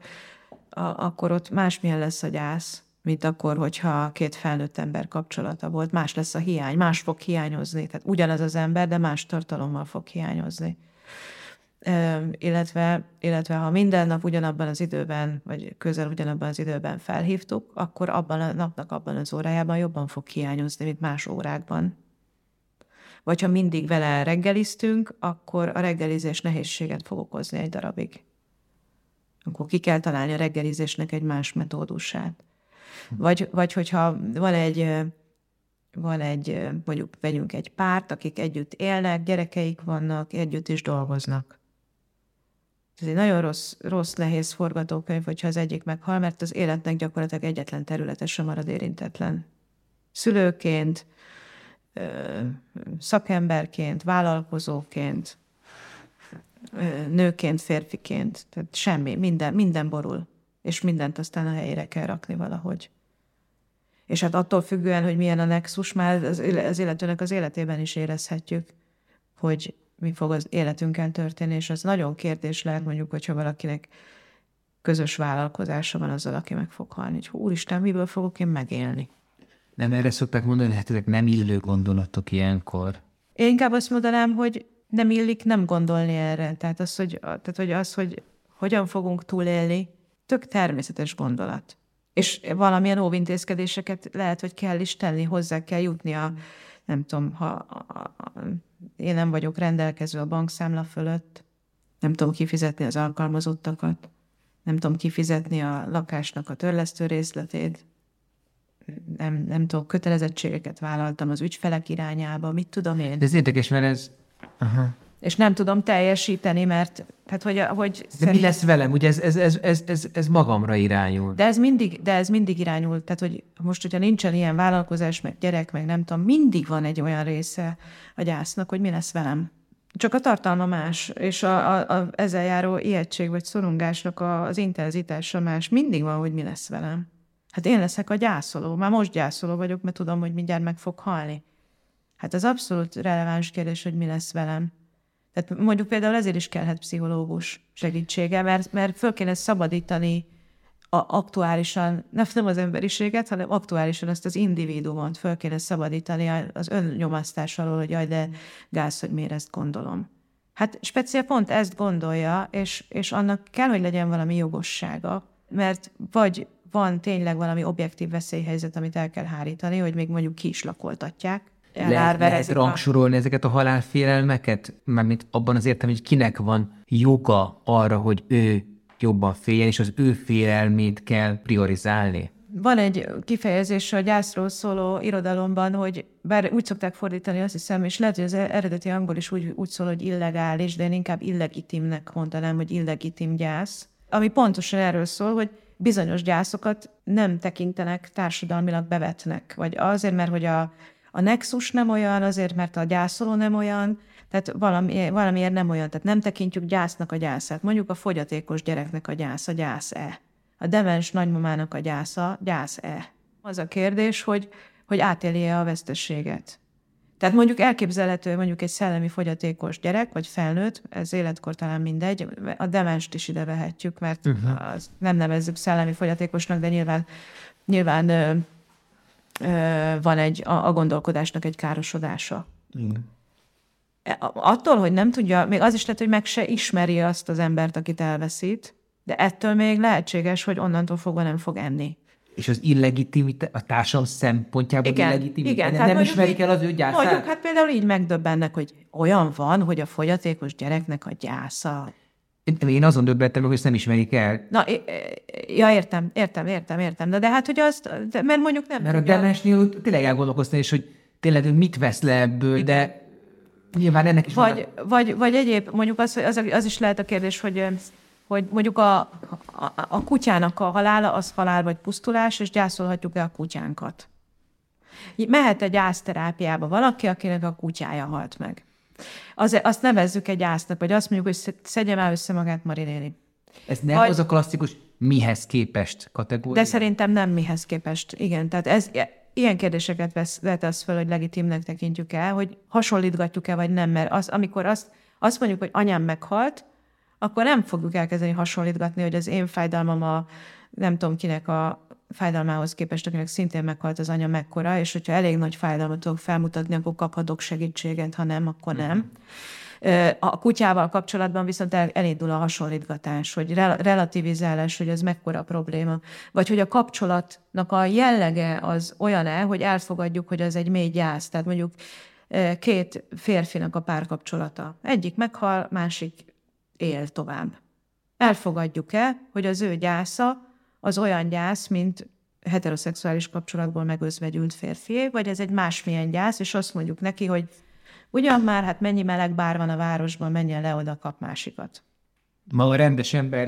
akkor ott másmilyen lesz a gyász, mint akkor, hogyha két felnőtt ember kapcsolata volt. Más lesz a hiány, más fog hiányozni. Tehát ugyanaz az ember, de más tartalommal fog hiányozni. Illetve ha minden nap ugyanabban az időben, vagy közel ugyanabban az időben felhívtuk, akkor abban a napnak abban az órájában jobban fog hiányozni, mint más órákban. Vagy ha mindig vele reggeliztünk, akkor a reggelizés nehézséget fog okozni egy darabig. Akkor ki kell találni a reggelizésnek egy más metódusát. Vagy hogyha van egy, mondjuk vegyünk egy párt, akik együtt élnek, gyerekeik vannak, együtt is dolgoznak. Ez egy nagyon rossz, nehéz forgatókönyv, hogyha az egyik meghal, mert az életnek gyakorlatilag egyetlen területe sem marad érintetlen. Szülőként, szakemberként, vállalkozóként, nőként, férfiként, tehát semmi, minden borul, és mindent aztán a helyére kell rakni valahogy. És hát attól függően, hogy milyen a nexus, már az illetőnek az életében is érezhetjük, hogy mi fog az életünkkel történni, és az nagyon kérdés lehet, mondjuk, hogyha valakinek közös vállalkozása van azzal, aki meg fog halni, hogy úristen, miből fogok én megélni? Nem erre szokták mondani, hogy hát ezek nem illő gondolatok ilyenkor. Én inkább azt mondanám, hogy nem illik nem gondolni erre. Tehát az, hogy hogyan fogunk túlélni, tök természetes gondolat. És valamilyen óvintézkedéseket lehet, hogy kell is tenni, hozzá kell jutni nem tudom, ha én nem vagyok rendelkező a bankszámla fölött, nem tudom kifizetni az alkalmazottakat, nem tudom kifizetni a lakásnak a törlesztő részletét, nem tudom, kötelezettségeket vállaltam az ügyfelek irányába, mit tudom én. De ez érdekes, mert ez... Aha. és nem tudom teljesíteni, mert tehát, hogy De mi lesz velem? Ugye ez magamra irányul. De ez mindig irányul. Tehát, hogy most, hogyha nincsen ilyen vállalkozás, meg gyerek, meg nem tudom, mindig van egy olyan része a gyásznak, hogy mi lesz velem. Csak a tartalma más, és a ezzel járó ijegység vagy szorongásnak az intenzitása más. Mindig van, hogy mi lesz velem. Hát én leszek a gyászoló. Már most gyászoló vagyok, mert tudom, hogy mindjárt meg fog halni. Hát az abszolút releváns kérdés, hogy mi lesz velem. Tehát mondjuk például ezért is kellhet pszichológus segítsége, mert föl kéne szabadítani aktuálisan, nem az emberiséget, hanem aktuálisan azt az individuumot föl kéne szabadítani az önnyomasztás alól, hogy jaj, de gáz, hogy miért ezt gondolom. Hát speciál pont ezt gondolja, és annak kell, hogy legyen valami jogossága, mert vagy van tényleg valami objektív veszélyhelyzet, amit el kell hárítani, hogy még mondjuk ki is lakoltatják. Lehet rangsorolni ezeket a halálfélelmeket? Mármint abban az értem, hogy kinek van joga arra, hogy ő jobban féljen, és az ő félelmét kell priorizálni? Van egy kifejezés a gyászról szóló irodalomban, hogy bár úgy szokták fordítani, azt hiszem, és lehet, hogy az eredeti angol is úgy szól, hogy illegális, de én inkább illegitimnek mondanám, hogy illegitim gyász, ami pontosan erről szól, hogy bizonyos gyászokat nem tekintenek társadalmilag bevetnek, vagy azért, mert hogy a nexus nem olyan, azért, mert a gyászoló nem olyan, tehát valamiért nem olyan, tehát nem tekintjük gyásznak a gyászát. Mondjuk a fogyatékos gyereknek a gyásza, gyász-e? A demens nagymamának a gyásza, gyász-e? Az a kérdés, hogy átéli-e a vesztességet. Tehát mondjuk elképzelhető, mondjuk egy szellemi fogyatékos gyerek, vagy felnőtt, ez életkor talán mindegy, a demenst is ide vehetjük, mert nem nevezzük szellemi fogyatékosnak, de nyilván van a gondolkodásnak egy károsodása. Igen. Attól, hogy nem tudja, még az is lehet, hogy meg se ismeri azt az embert, akit elveszít, de ettől még lehetséges, hogy onnantól fogva nem fog enni. És az illegitimitás, a társadalom szempontjából illegitimitás, nem ismerik el az ő gyászát? Mondjuk, hát például így megdöbbennek, hogy olyan van, hogy a fogyatékos gyereknek a gyásza. Én azon döbbentem, hogy ezt nem ismerik el. Na, ja, értem. De hát, hogy azt, mert mondjuk nem mert tudja. A demensnél tényleg elgondolkoztam is, hogy tényleg mit vesz le ebből, igen. De nyilván ennek is vagy egyéb, mondjuk az is lehet a kérdés, hogy mondjuk a kutyának a halála, az halál vagy pusztulás, és gyászolhatjuk-e a kutyánkat. Mehet egy gyászterápiába valaki, akinek a kutyája halt meg. Azt nevezzük egy gyásznak, vagy azt mondjuk, hogy szedje már össze magát, Marinéni. Ez nem az a klasszikus mihez képest kategória? De szerintem nem mihez képest, igen. Tehát ilyen kérdéseket vetesz föl, hogy legitimnek tekintjük el, hogy hasonlítgatjuk-e, vagy nem, mert amikor azt mondjuk, hogy anyám meghalt, akkor nem fogjuk elkezdeni hasonlítgatni, hogy az én fájdalmam nem tudom kinek a fájdalmához képest, akinek szintén meghalt az anya mekkora, és hogyha elég nagy fájdalmat tudok felmutatni, akkor kaphatok segítséget, ha nem, akkor nem. A kutyával kapcsolatban viszont elindul a hasonlítgatás, hogy relativizálás, hogy ez mekkora probléma. Vagy hogy a kapcsolatnak a jellege az olyan-e, hogy elfogadjuk, hogy az egy mély gyász. Tehát mondjuk két férfinak a párkapcsolata. Egyik meghal, másik él tovább. Elfogadjuk-e, hogy az ő gyásza az olyan gyász, mint heteroszexuális kapcsolatból megözvegyült férfié, vagy ez egy másmilyen gyász, és azt mondjuk neki, hogy ugyan már, hát mennyi meleg bár van a városban, menjen le oda, kap másikat. Maga rendes ember.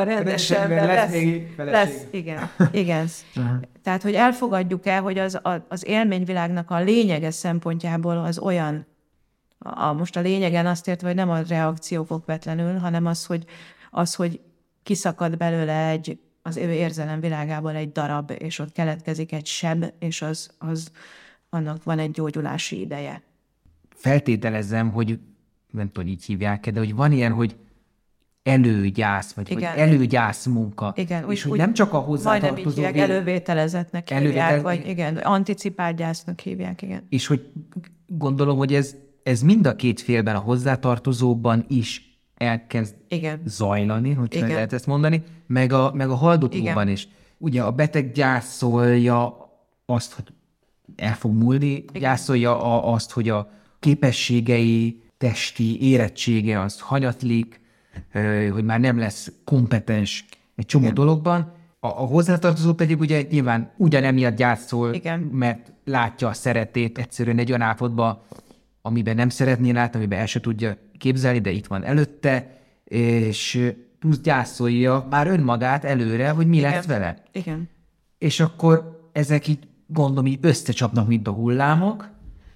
Lesz, igen. Tehát, hogy elfogadjuk-e, hogy az élményvilágnak a lényege szempontjából az olyan, most a lényegen azt értve, hogy nem a reakciók okvetlenül, hanem az, hogy kiszakad belőle az ő érzelemvilágából egy darab, és ott keletkezik egy seb, és annak van egy gyógyulási ideje. Feltételezem, hogy nem tudom, így hívják, de hogy van ilyen, hogy előgyász, vagy hogy előgyász munka. Igen, és hogy nem csak a hozzátartozó... Majdnem így hívják, elővételezetnek hívják, vagy igen, anticipált gyásznak hívják, igen. És hogy gondolom, hogy ez mind a két félben, a hozzátartozóban is elkezd zajlani, hogy lehet ezt mondani, meg a haldokróban is. Ugye a beteg gyászolja azt, hogy el fog múlni, gyászolja azt, hogy a képességei, testi érettsége az hanyatlik, hogy már nem lesz kompetens egy csomó dologban. A hozzátartozó pedig ugye nyilván ugyanemiatt gyászol, mert látja a szeretét egyszerűen egy olyan állapotban, amiben nem szeretné látni, amiben el se tudja képzelni, de itt van előtte, és plusz gyászolja már önmagát előre, hogy mi lesz vele. Igen. És akkor ezek így, gondolom, így összecsapnak, mint a hullámok,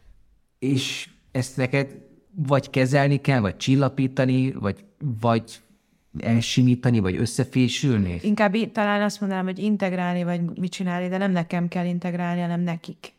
és ezt neked vagy kezelni kell, vagy csillapítani, vagy elsimítani, vagy összefésülni? Inkább talán azt mondanám, hogy integrálni, vagy mit csinálni, de nem nekem kell integrálni, hanem nekik.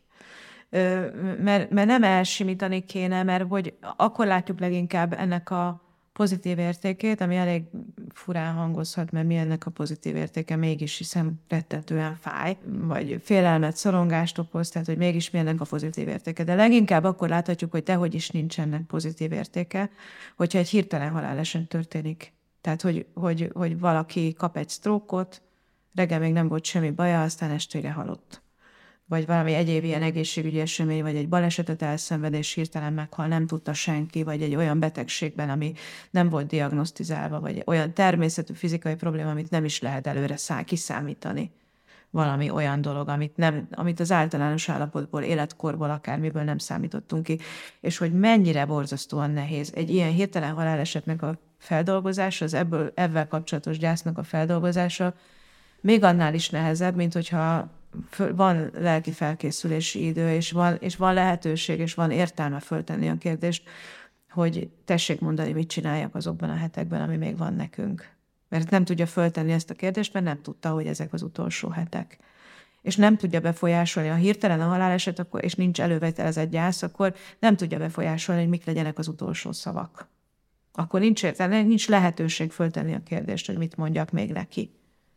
Mert nem elsimítani kéne, mert hogy akkor látjuk leginkább ennek a pozitív értékét, ami elég furán hangozhat, mert mi ennek a pozitív értéke mégis, hiszen rettetően fáj, vagy félelmet, szorongást okoz, tehát hogy mégis mi ennek a pozitív értéke. De leginkább akkor láthatjuk, hogy dehogy is nincs ennek pozitív értéke, hogyha egy hirtelen haláleset történik. Tehát, hogy valaki kap egy sztrókot, reggel még nem volt semmi baja, aztán estére halott. Vagy valami egyéb ilyen egészségügyi esemény, vagy egy balesetet elszenved, és hirtelen meghal, nem tudta senki, vagy egy olyan betegségben, ami nem volt diagnosztizálva, vagy olyan természetű fizikai probléma, amit nem is lehet előre kiszámítani. Valami olyan dolog, amit az általános állapotból, életkorból, akármiből nem számítottunk ki, és hogy mennyire borzasztóan nehéz egy ilyen hirtelen halálesetnek a feldolgozása, az ebben kapcsolatos gyásznak a feldolgozása még annál is nehezebb, mint hogyha van lelki felkészülési idő, és van lehetőség, és van értelme föltenni a kérdést, hogy tessék mondani, mit csináljak azokban a hetekben, ami még van nekünk. Mert nem tudja föltenni ezt a kérdést, mert nem tudta, hogy ezek az utolsó hetek. És nem tudja befolyásolni, ha hirtelen a haláleset, akkor, és nincs elővetelezett gyász, akkor nem tudja befolyásolni, hogy mik legyenek az utolsó szavak. Akkor nincs lehetőség föltenni a kérdést, hogy mit mondjak még neki.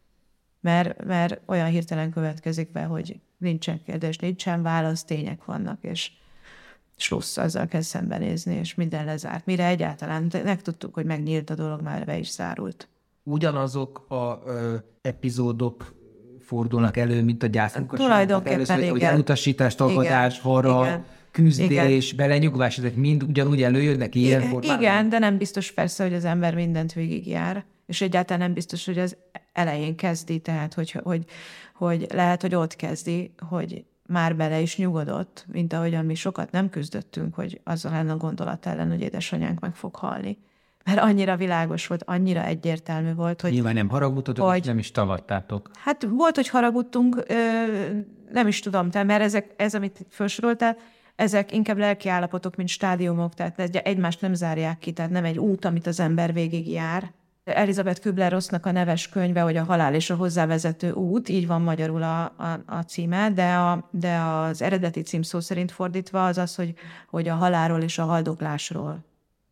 Mert olyan hirtelen következik be, hogy nincsen kérdés, nincsen válasz, tények vannak, és slussz, azzal kell szembenézni, és minden lezárt. Mire egyáltalán megtudtuk, hogy megnyílt a dolog, már be is zárult. Ugyanazok a epizódok fordulnak elő, mint a gyászmunkasság. Tulajdonképpen igen. Hogy elutasítás, tagadás, horror, küzdés, belenyugvás, ezek mind ugyanúgy előjönnek ilyen formában? Igen, de nem biztos persze, hogy az ember mindent végigjár, és egyáltalán nem biztos, hogy az elején kezdi, tehát hogy lehet, hogy ott kezdi, hogy már bele is nyugodott, mint ahogyan mi sokat nem küzdöttünk, hogy azzal lenne a gondolat ellen, hogy édesanyánk meg fog halni. Mert annyira világos volt, annyira egyértelmű volt, hogy... Nyilván nem haragudtatok, és nem is tagadtátok. Hát volt, hogy haragudtunk, nem is tudom, mert ez, amit felsoroltál, ezek inkább lelki állapotok, mint stádiumok, tehát egymást nem zárják ki, tehát nem egy út, amit az ember végig jár. Elizabeth Kübler-Rossnak a neves könyve, hogy a halál és a hozzávezető út, így van magyarul a címe, de az eredeti cím szó szerint fordítva az az, hogy a halálról és a haldoklásról.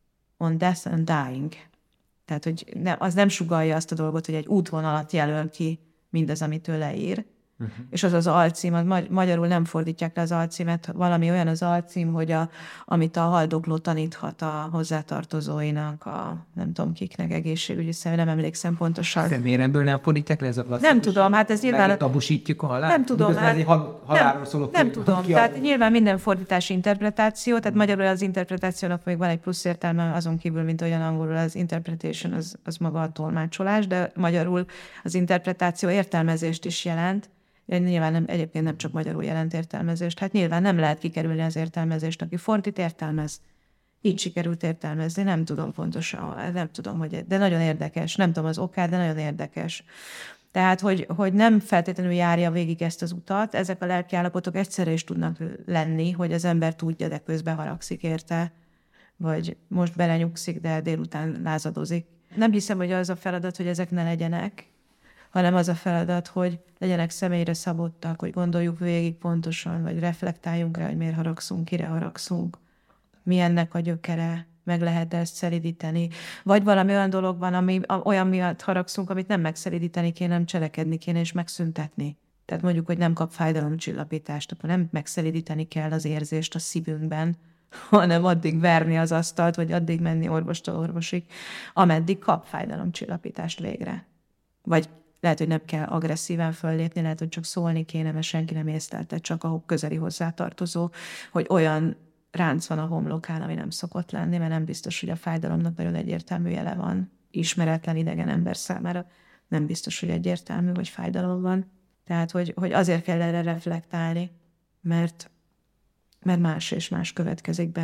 On death and dying. Tehát, hogy az nem sugallja azt a dolgot, hogy egy útvonalat jelöl ki mindaz, amit ő leír. És az alcím, magyarul nem fordítják le az alcímet, valami olyan az alcím, hogy amit a haldokló taníthat a hozzátartozóinak, a nem tudom kiknek, egészségügyi nem emlékszem pontosan. Személyemből nem fordítják le ez a klasszikus? Nem tudom, hát ez nyilván... Tabusítjuk a halált? Nem tudom. Hát, halálról szóló nem tudom, tehát nyilván minden fordítási interpretáció, tehát magyarul az interpretációnak még van egy plusz értelme, azon kívül, mint olyan angolul az interpretation, az maga a tolmácsolás, de magyarul az interpretáció értelmezést is jelent. Nyilván egyébként nem csak magyarul jelent értelmezést. Hát nyilván nem lehet kikerülni az értelmezést, aki fordít értelmez. Így sikerült értelmezni, nem tudom pontosan, nem tudom, de nagyon érdekes. Nem tudom az okát, de nagyon érdekes. Tehát, hogy nem feltétlenül járja végig ezt az utat, ezek a lelkiállapotok egyszerre is tudnak lenni, hogy az ember tudja, de közben haragszik érte, vagy most belenyugszik, de délután lázadozik. Nem hiszem, hogy az a feladat, hogy ezek ne legyenek, hanem az a feladat, hogy legyenek személyre szabottak, hogy gondoljuk végig pontosan, vagy reflektáljunk rá, hogy miért haragszunk, kire haragszunk, mi ennek a gyökere, meg lehet ezt szelidíteni. Vagy valami olyan dolog van, ami olyan miatt haragszunk, amit nem megszelidíteni kéne, nem cselekedni kéne, és megszüntetni. Tehát mondjuk, hogy nem kap fájdalomcsillapítást, akkor nem megszelidíteni kell az érzést a szívünkben, hanem addig verni az asztalt, vagy addig menni orvostól orvosig, ameddig kap fájdalomcsillapítást végre. Vagy lehet, hogy nem kell agresszíven föllépni, lehet, hogy csak szólni kéne, mert senki nem észlelte, csak a közeli hozzátartozó, hogy olyan ránc van a homlokán, ami nem szokott lenni, mert nem biztos, hogy a fájdalomnak nagyon egyértelmű jele van. Ismeretlen idegen ember számára nem biztos, hogy egyértelmű, hogy fájdalom van. Tehát, hogy azért kell erre reflektálni, mert más és más következik be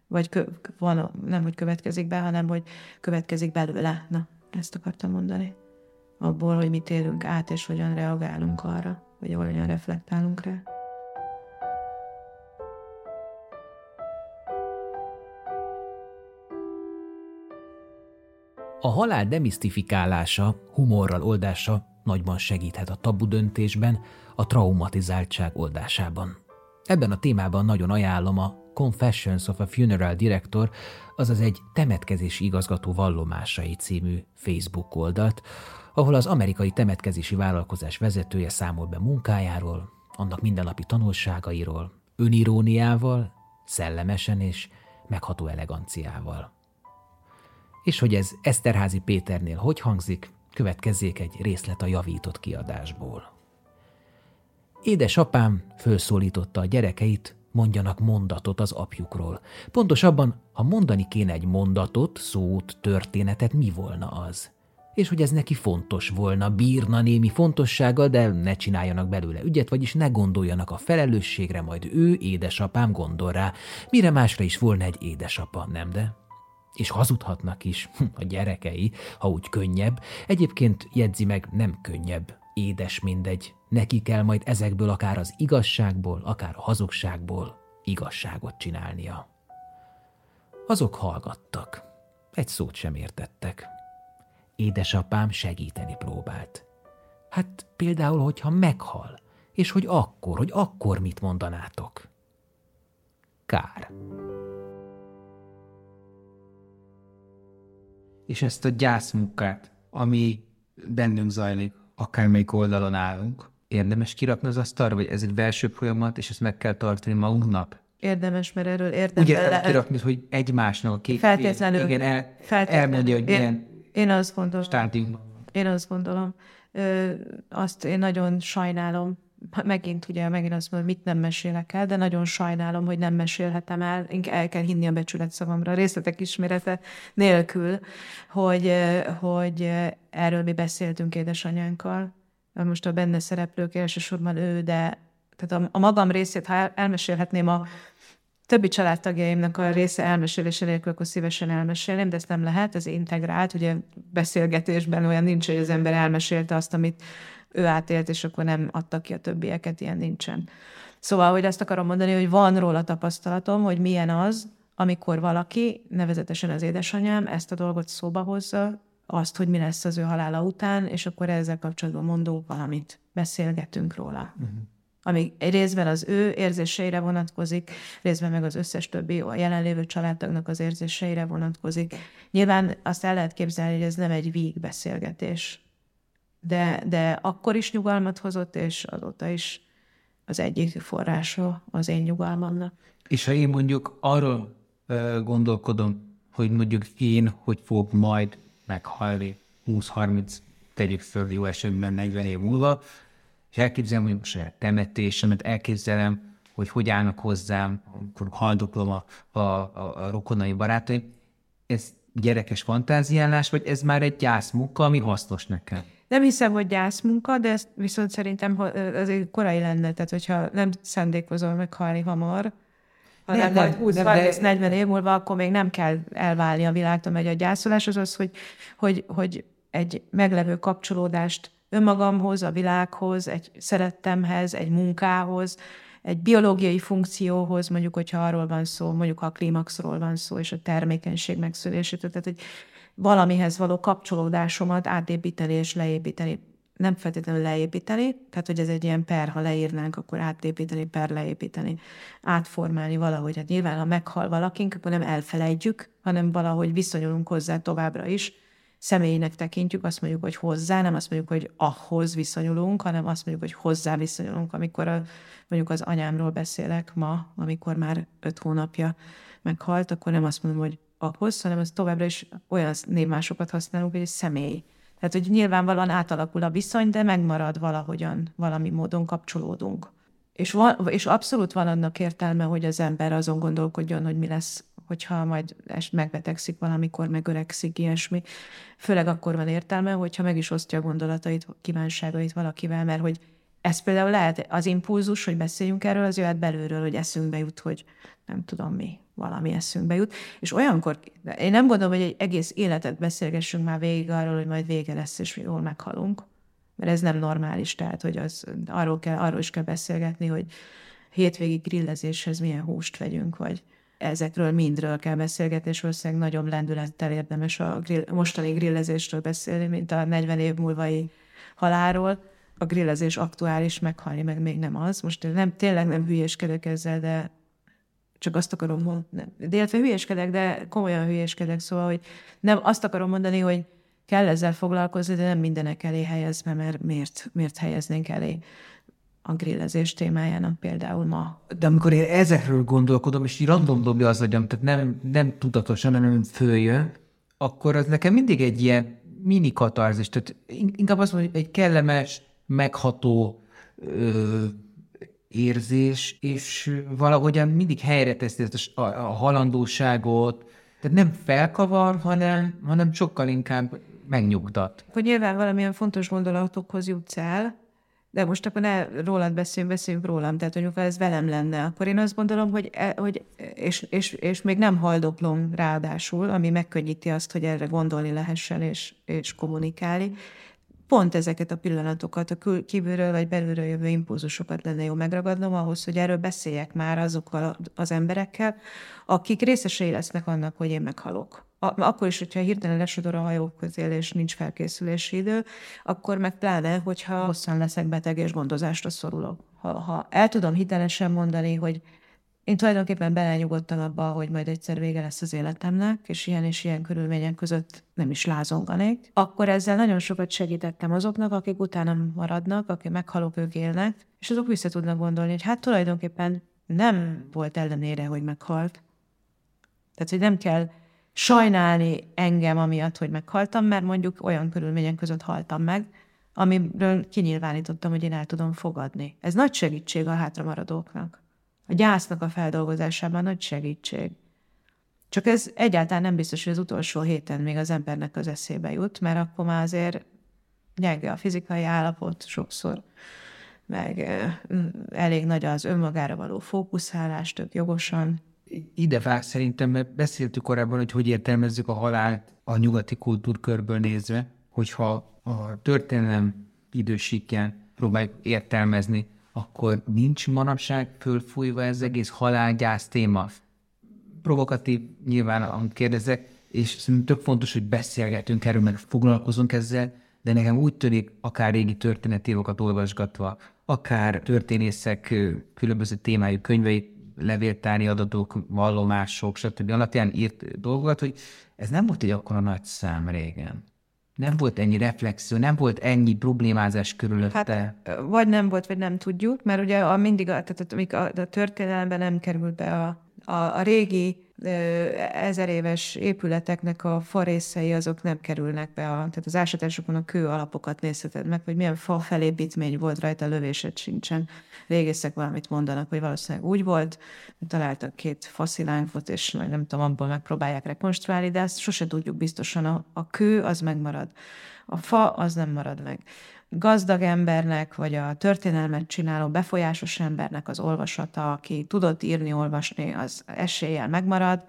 Vagy nem, hogy következik be, hanem hogy következik belőle. Na, ezt akartam mondani. Abból, hogy mit élünk át, és hogyan reagálunk arra, vagy hogyan reflektálunk rá. A halál demisztifikálása, humorral oldása nagyban segíthet a tabu döntésben, a traumatizáltság oldásában. Ebben a témában nagyon ajánlom a Confessions of a Funeral Director, azaz egy temetkezési igazgató vallomásai című Facebook oldalt, ahol az amerikai temetkezési vállalkozás vezetője számol be munkájáról, annak mindennapi tanulságairól, öniróniával, szellemesen és megható eleganciával. És hogy ez Eszterházy Péternél hogy hangzik, következzék egy részlet a javított kiadásból. Édesapám fölszólította a gyerekeit, mondjanak mondatot az apjukról. Pontosabban, ha mondani kéne egy mondatot, szót, történetet, mi volna az? És hogy ez neki fontos volna, bírna némi fontossággal, de ne csináljanak belőle ügyet, vagyis ne gondoljanak a felelősségre, majd ő, édesapám gondol rá. Mire másra is volna egy édesapa, nem de? És hazudhatnak is a gyerekei, ha úgy könnyebb. Egyébként jegyzi meg, nem könnyebb, édes mindegy. Neki kell majd ezekből akár az igazságból, akár a hazugságból igazságot csinálnia. Azok hallgattak. Egy szót sem értettek. Édesapám segíteni próbált. Hát például, hogyha meghal, és hogy akkor mit mondanátok? Kár. És ezt a gyászmunkát, ami bennünk zajlik, akármelyik oldalon állunk, érdemes kirakni az asztalra, vagy ez egy belső folyamat, és ezt meg kell tartani magunknak? Érdemes, mert erről érdemben ugye lehet. kirakni, hogy egymásnak a két Feltétlenül. Igen, elmondja, hogy milyen én azt gondolom. stádiumban. Én azt gondolom. Azt én nagyon sajnálom, megint azt mondom, mit nem mesélek el, de nagyon sajnálom, hogy nem mesélhetem el, el kell hinni a becsület szavamra, a részletek ismerete nélkül, hogy erről mi beszéltünk édesanyánkkal. Most a benne szereplők elsősorban ő, de tehát a magam részét, ha elmesélhetném a többi családtagjaimnak a része elmesélése nélkül, akkor szívesen elmesélném, de ezt nem lehet, ez integrált, ugye beszélgetésben olyan nincs, hogy az ember elmesélte azt, amit ő átélt, és akkor nem adta ki a többieket, ilyen nincsen. Szóval, hogy azt akarom mondani, hogy van róla tapasztalatom, hogy milyen az, amikor valaki, nevezetesen az édesanyám, ezt a dolgot szóba hozza, azt, hogy mi lesz az ő halála után, és akkor ezzel kapcsolatban mondunk valamit, beszélgetünk róla. Ami egy részben az ő érzéseire vonatkozik, részben meg az összes többi a jelenlévő családtagnak az érzéseire vonatkozik. Nyilván azt el lehet képzelni, hogy ez nem egy vígbeszélgetés, de akkor is nyugalmat hozott, és azóta is az egyik forrása az én nyugalmamnak. És ha én mondjuk arról gondolkodom, hogy mondjuk én, hogy fogok majd meghalni 20-30, tegyük föl jó esetben 40 év múlva, és elképzelem, hogy most a temetésemet, elképzelem, hogy állnak hozzám, amikor haldoklom a rokonai barátaim. Ez gyerekes fantáziálás, vagy ez már egy gyászmunka, ami hasznos nekem? Nem hiszem, hogy gyászmunka, de ezt viszont szerintem azért korai lenne. Tehát, hogyha nem szándékozol meghalni hamar, hanem majd 20-30-40 év múlva, akkor még nem kell elválni a világtól, megy a gyászolás, az, hogy egy meglevő kapcsolódást önmagamhoz, a világhoz, egy szerettemhez, egy munkához, egy biológiai funkcióhoz, mondjuk, hogyha arról van szó, mondjuk, ha a klímaxról van szó, és a termékenység megszülésétől, tehát egy valamihez való kapcsolódásomat átépíteni és leépíteni. Nem feltétlenül leépíteni, tehát hogy ez egy ilyen per, ha leírnánk, akkor átépíteni, per leépíteni, átformálni valahogy. Hát nyilván, ha meghal valakink, akkor nem elfelejtjük, hanem valahogy viszonyulunk hozzá továbbra is. Személynek tekintjük, azt mondjuk, hogy hozzá, nem azt mondjuk, hogy ahhoz viszonyulunk, hanem azt mondjuk, hogy hozzá viszonyulunk. Amikor mondjuk az anyámról beszélek ma, amikor már 5 hónapja meghalt, akkor nem azt mondom, hogy ahhoz, hanem az továbbra is olyan névmásokat használunk, hogy egy személy. Tehát, hogy nyilvánvalóan átalakul a viszony, de megmarad valahogyan, valami módon kapcsolódunk. És abszolút van annak értelme, hogy az ember azon gondolkodjon, hogy mi lesz, hogyha majd megbetegszik valamikor, megöregszik, ilyesmi. Főleg akkor van értelme, hogyha meg is osztja a gondolatait, kívánságait valakivel, mert hogy ez például lehet az impulzus, hogy beszéljünk erről, az jöhet belülről, hogy eszünkbe jut, hogy nem tudom mi, valami eszünkbe jut. És olyankor, én nem gondolom, hogy egy egész életet beszélgessünk már végig arról, hogy majd vége lesz, és jól meghalunk. Mert ez nem normális, tehát hogy arról is kell beszélgetni, hogy hétvégi grillezéshez milyen húst vegyünk, vagy ezekről mindről kell beszélgetni, és valószínűleg nagyobb lendülettel érdemes a mostani grillezésről beszélni, mint a 40 év múlvai halálról. A grillezés aktuális, meghalni meg még nem az. Most tényleg nem hülyéskedek ezzel, de csak azt akarom mondani. De illetve hülyéskedek, de komolyan hülyéskedek, szóval, hogy nem azt akarom mondani, hogy kell ezzel foglalkozni, de nem mindenek elé helyezve, mert miért helyeznénk elé a grillezés témájának például ma. De amikor én ezekről gondolkodom, és így random dobja az agyam, tehát nem tudatosan, hanem följön, akkor az nekem mindig egy ilyen mini katarzis. Tehát inkább azt mondom, hogy egy kellemes, megható érzés, és valahogyan mindig helyre teszi ezt a halandóságot, tehát nem felkavar, hanem sokkal inkább megnyugtat. Hogy nyilván valamilyen fontos gondolatokhoz jutsz el, de most akkor ne rólad beszéljünk rólam, tehát hogy ez velem lenne, akkor én azt gondolom, és még nem haldoklom ráadásul, ami megkönnyíti azt, hogy erre gondolni lehessen és kommunikálni. Pont ezeket a pillanatokat, a kívülről vagy belülről jövő impulzusokat lenne jó megragadnom ahhoz, hogy erről beszéljek már azokkal az emberekkel, akik részesei lesznek annak, hogy én meghalok. Akkor is, hogyha hirtelen lesodor a hajók közé, és nincs felkészülési idő, akkor meg pláne, hogyha hosszan leszek beteg és gondozásra szorulok. Ha el tudom hitelesen mondani, hogy én tulajdonképpen belenyugodtam abba, hogy majd egyszer vége lesz az életemnek, és ilyen körülmények között nem is lázonganék, akkor ezzel nagyon sokat segítettem azoknak, akik utána maradnak, akik meghalok, ők élnek, és azok vissza tudnak gondolni, hogy hát tulajdonképpen nem volt ellenére, hogy meghalt. Tehát, hogy nem kell sajnálni engem amiatt, hogy meghaltam, mert mondjuk olyan körülmények között haltam meg, amiről kinyilvánítottam, hogy én el tudom fogadni. Ez nagy segítség a hátramaradóknak. A gyásznak a feldolgozásában nagy segítség. Csak ez egyáltalán nem biztos, hogy az utolsó héten még az embernek az eszébe jut, mert akkor már azért gyenge a fizikai állapot sokszor, meg elég nagy az önmagára való fókuszálás, tök jogosan. Ide vág szerintem, mert beszéltük korábban, hogy értelmezzük a halált a nyugati kultúrkörből nézve, hogyha a történelem idősíkján próbáljuk értelmezni, akkor nincs manapság fölfújva ez egész halálgyász téma. Provokatív nyilván, amit kérdezek, és szerintem tök fontos, hogy beszélgetünk erről, meg foglalkozunk ezzel, de nekem úgy tűnik, akár régi történetírókat olvasgatva, akár történészek különböző témájú könyveit, levéltári adatok, vallomások, stb. Alapján írt dolgokat, hogy ez nem volt egy akkora nagy szám régen. Nem volt ennyi reflexió, nem volt ennyi problémázás körülötte. Hát, vagy nem volt, vagy nem tudjuk, mert ugye a történelemben nem került be a régi 1000 éves épületeknek a fa részei, azok nem kerülnek be. Tehát az ásatásokon a kő alapokat nézheted meg, hogy milyen fa felépítmény volt rajta, lövésed sincsen. Régészek valamit mondanak, hogy valószínűleg úgy volt, találtak 2 faszilánkot, és nem tudom, abból megpróbálják rekonstruálni, de ezt sose tudjuk biztosan. A kő az megmarad. A fa az nem marad meg. Gazdag embernek, vagy a történelmet csináló befolyásos embernek az olvasata, aki tudott írni, olvasni, az eséllyel megmarad,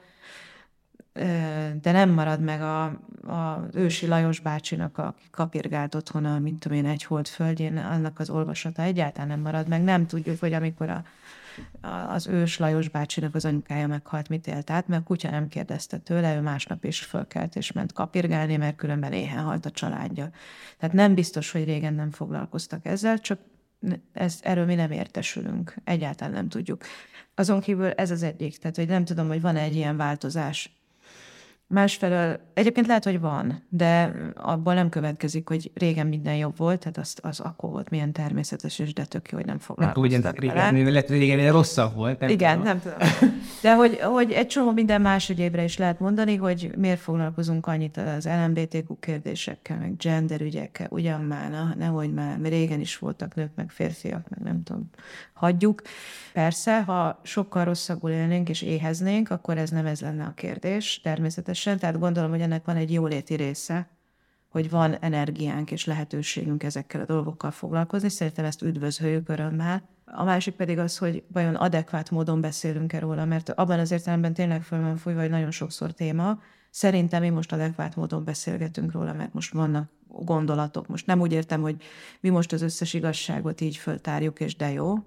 de nem marad meg az ősi Lajos bácsinak, aki kapirgált otthon mint tudom én, egy holdföldjén, annak az olvasata egyáltalán nem marad meg. Nem tudjuk, hogy amikor az ős Lajos bácsinak az anyukája meghalt, mit élt át, mert a kutya nem kérdezte tőle, ő másnap is fölkelt és ment kapirgálni, mert különben éhen halt a családja. Tehát nem biztos, hogy régen nem foglalkoztak ezzel, csak erről mi nem értesülünk, egyáltalán nem tudjuk. Azon kívül ez az egyik, tehát hogy nem tudom, hogy van-e egy ilyen változás. Másfelől egyébként lehet, hogy van, de abból nem következik, hogy régen minden jobb volt, tehát az akkor volt milyen természetes, és de tök jó, hogy nem foglalkoztak vele. Lehet, hogy régen rosszabb volt. Nem tudom. De hogy egy csomó minden más egyébre is lehet mondani, hogy miért foglalkozunk annyit az LMBTQ kérdésekkel, meg gender ügyekkel, ugyan már, nehogy már, mert régen is voltak nők, meg férfiak, meg nem tudom, hagyjuk. Persze, ha sokkal rosszabbul élnénk és éheznénk, akkor ez nem ez lenne a kérdés, természetesen. Tehát gondolom, hogy ennek van egy jóléti része, hogy van energiánk és lehetőségünk ezekkel a dolgokkal foglalkozni. Szerintem ezt üdvözöljük örömmel. A másik pedig az, hogy vajon adekvát módon beszélünk-e róla, mert abban az értelemben tényleg föl van fújva, hogy nagyon sokszor téma. Szerintem mi most adekvát módon beszélgetünk róla, mert most vannak gondolatok. Most nem úgy értem, hogy mi most az összes igazságot így föltárjuk, és de jó,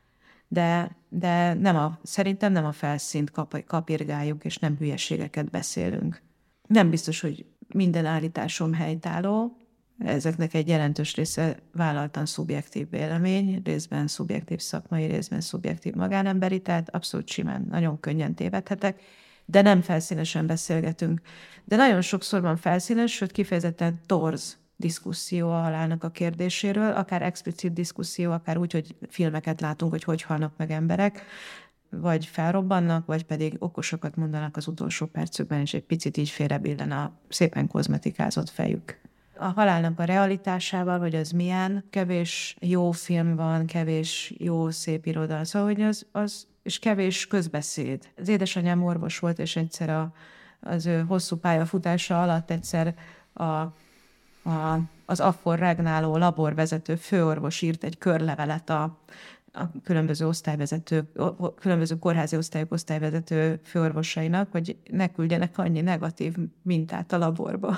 de szerintem nem a felszínt kapirgáljuk, és nem hülyeségeket beszélünk. Nem biztos, hogy minden állításom helytálló, ezeknek egy jelentős része vállaltan szubjektív vélemény, részben szubjektív szakmai, részben szubjektív magánemberi, tehát abszolút simán, nagyon könnyen tévedhetek, de nem felszínesen beszélgetünk. De nagyon sokszor van felszínes, sőt kifejezetten torz diszkuszió a halálnak a kérdéséről, akár explicit diszkuszió, akár úgy, hogy filmeket látunk, hogy halnak meg emberek, vagy felrobbannak, vagy pedig okosokat mondanak az utolsó percükben, és egy picit így félrebillen a szépen kozmetikázott fejük. A halálnak a realitásával, hogy az milyen, kevés jó film van, kevés jó szép iroda, szóval, hogy és kevés közbeszéd. Az édesanyám orvos volt, és egyszer az ő hosszú pályafutása alatt egyszer az akkor regnáló laborvezető főorvos írt egy körlevelet a különböző különböző kórházi osztályok osztályvezető főorvosainak, hogy ne küldjenek annyi negatív mintát a laborba.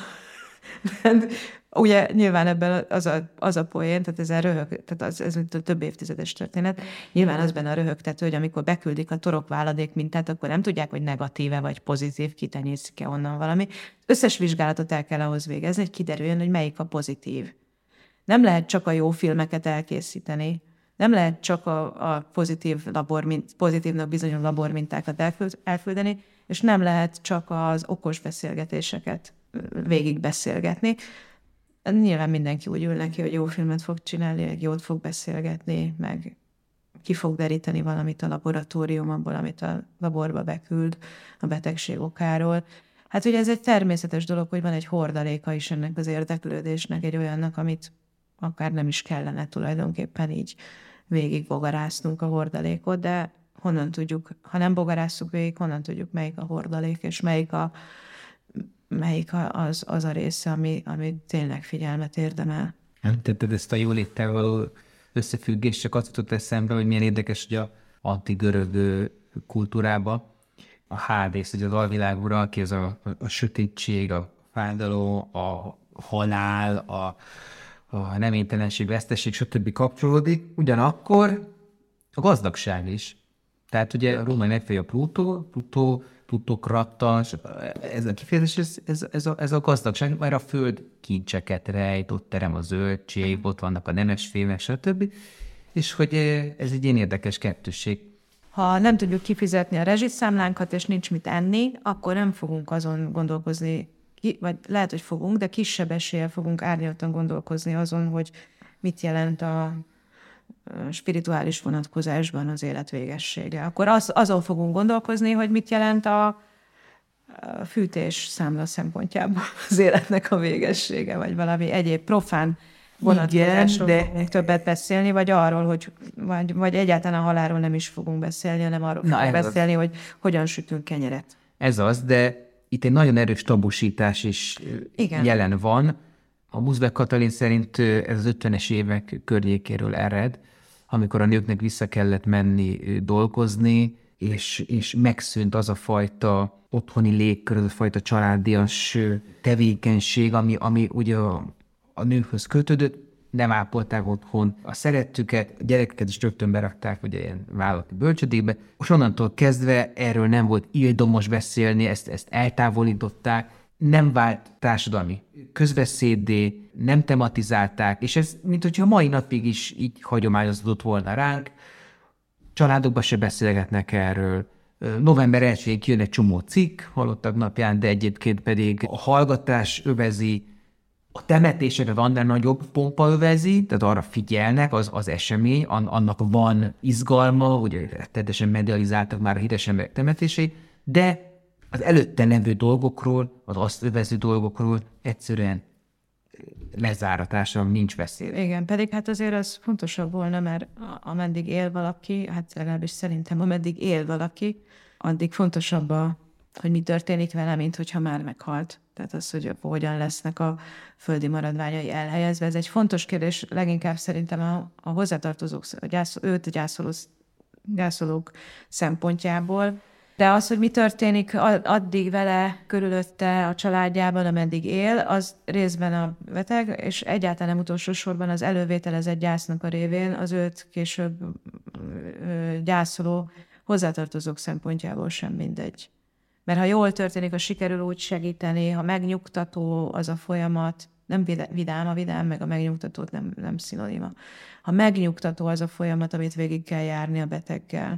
Ugye nyilván ebben az a poén, tehát ezen röhög, tehát ez több évtizedes történet, nyilván az benne a röhögtető, hogy amikor beküldik a torokváladék mintát, akkor nem tudják, hogy negatíve vagy pozitív, kitenyészik-e onnan valami. Összes vizsgálatot el kell ahhoz végezni, hogy kiderüljön, hogy melyik a pozitív. Nem lehet csak a jó filmeket elkészíteni, nem lehet csak a pozitívnak bizonyos labormintákat elküldeni, és nem lehet csak az okos beszélgetéseket végig beszélgetni. Nyilván mindenki úgy ül neki, hogy jó filmet fog csinálni, meg jót fog beszélgetni, meg ki fog deríteni valamit a laboratóriumból, amit a laborba beküld a betegség okáról. Hát ugye ez egy természetes dolog, hogy van egy hordaléka is ennek az érdeklődésnek, egy olyannak, amit akár nem is kellene tulajdonképpen így végig bogarásznunk a hordalékot, de honnan tudjuk, ha nem bogarásszuk végig, honnan tudjuk, melyik a hordalék, és melyik az a része, ami tényleg figyelmet érdemel. Említetted ezt a jóléttel való összefüggést, csak azt jutott eszembe, hogy milyen érdekes, hogy a antigörög kultúrába a Hádész, hogy az alvilág uralki, az a sötétség, a fájdalom, a halál, a neménytelenség, vesztesség, stb. Kapcsolódik. Ugyanakkor a gazdagság is. Tehát ugye a római megfelelő a plutokratta, ez a kifejezés, ez a gazdagság, mert a föld kincseket rejt, ott terem a zöldség, ott vannak a nemesfémek, stb. És hogy ez egy ilyen érdekes kettősség. Ha nem tudjuk kifizetni a rezsiszámlánkat, és nincs mit enni, akkor nem fogunk azon gondolkozni, vagy lehet, hogy fogunk, de kisebb eséllyel fogunk árnyaltan gondolkozni azon, hogy mit jelent a spirituális vonatkozásban az élet végessége. Akkor azon fogunk gondolkozni, hogy mit jelent a fűtés számla szempontjából az életnek a végessége, vagy valami egyéb profán vonatkozásról fogunk többet beszélni, vagy arról, hogy vagy egyáltalán a halálról nem is fogunk beszélni, hanem arról fogunk beszélni, hogy hogyan sütünk kenyeret. Ez az, de itt egy nagyon erős tabusítás is jelen van. A Muzbek Katalin szerint ez az 50-es évek környékéről ered, amikor a nőknek vissza kellett menni dolgozni, és megszűnt az a fajta otthoni légkör, az a fajta családias tevékenység, ami ugye a nőkhöz kötődött, nem ápolták otthon a szerettüket, a gyerekeket is rögtön berakták ugye ilyen vállalati bölcsödékbe, és onnantól kezdve erről nem volt ildomos beszélni, ezt eltávolították, nem vált társadalmi közbeszéddé, nem tematizálták, és ez, mint hogyha mai napig is így hagyományozódott volna ránk, családokban se beszélgetnek erről. November 1-én jön egy csomó cikk halottak napján, de egyébként pedig a hallgatás övezi, a temetésre van, de nagyobb pompa övezi, tehát arra figyelnek, az esemény, annak van izgalma, ugye teljesen medializáltak már a híres emberek temetései, de az előtte levő dolgokról, az azt övező dolgokról egyszerűen lezáratása nincs veszély. Igen, pedig hát azért az fontosabb volna, mert ameddig él valaki, hát legalábbis szerintem ameddig él valaki, addig fontosabb a hogy mi történik vele, mint hogyha már meghalt. Tehát az, hogy hogyan lesznek a földi maradványai elhelyezve. Ez egy fontos kérdés, leginkább szerintem a hozzátartozók, őt gyászolók szempontjából. De az, hogy mi történik addig vele, körülötte, a családjában, ameddig él, az részben a beteg, és egyáltalán nem utolsó sorban az elővételezett gyásznak a révén az őt később gyászoló hozzátartozók szempontjából sem mindegy. Mert ha jól történik, ha sikerül úgy segíteni, ha megnyugtató az a folyamat, nem vidám, a vidám meg a megnyugtatót nem szinonima. Ha megnyugtató az a folyamat, amit végig kell járni a beteggel,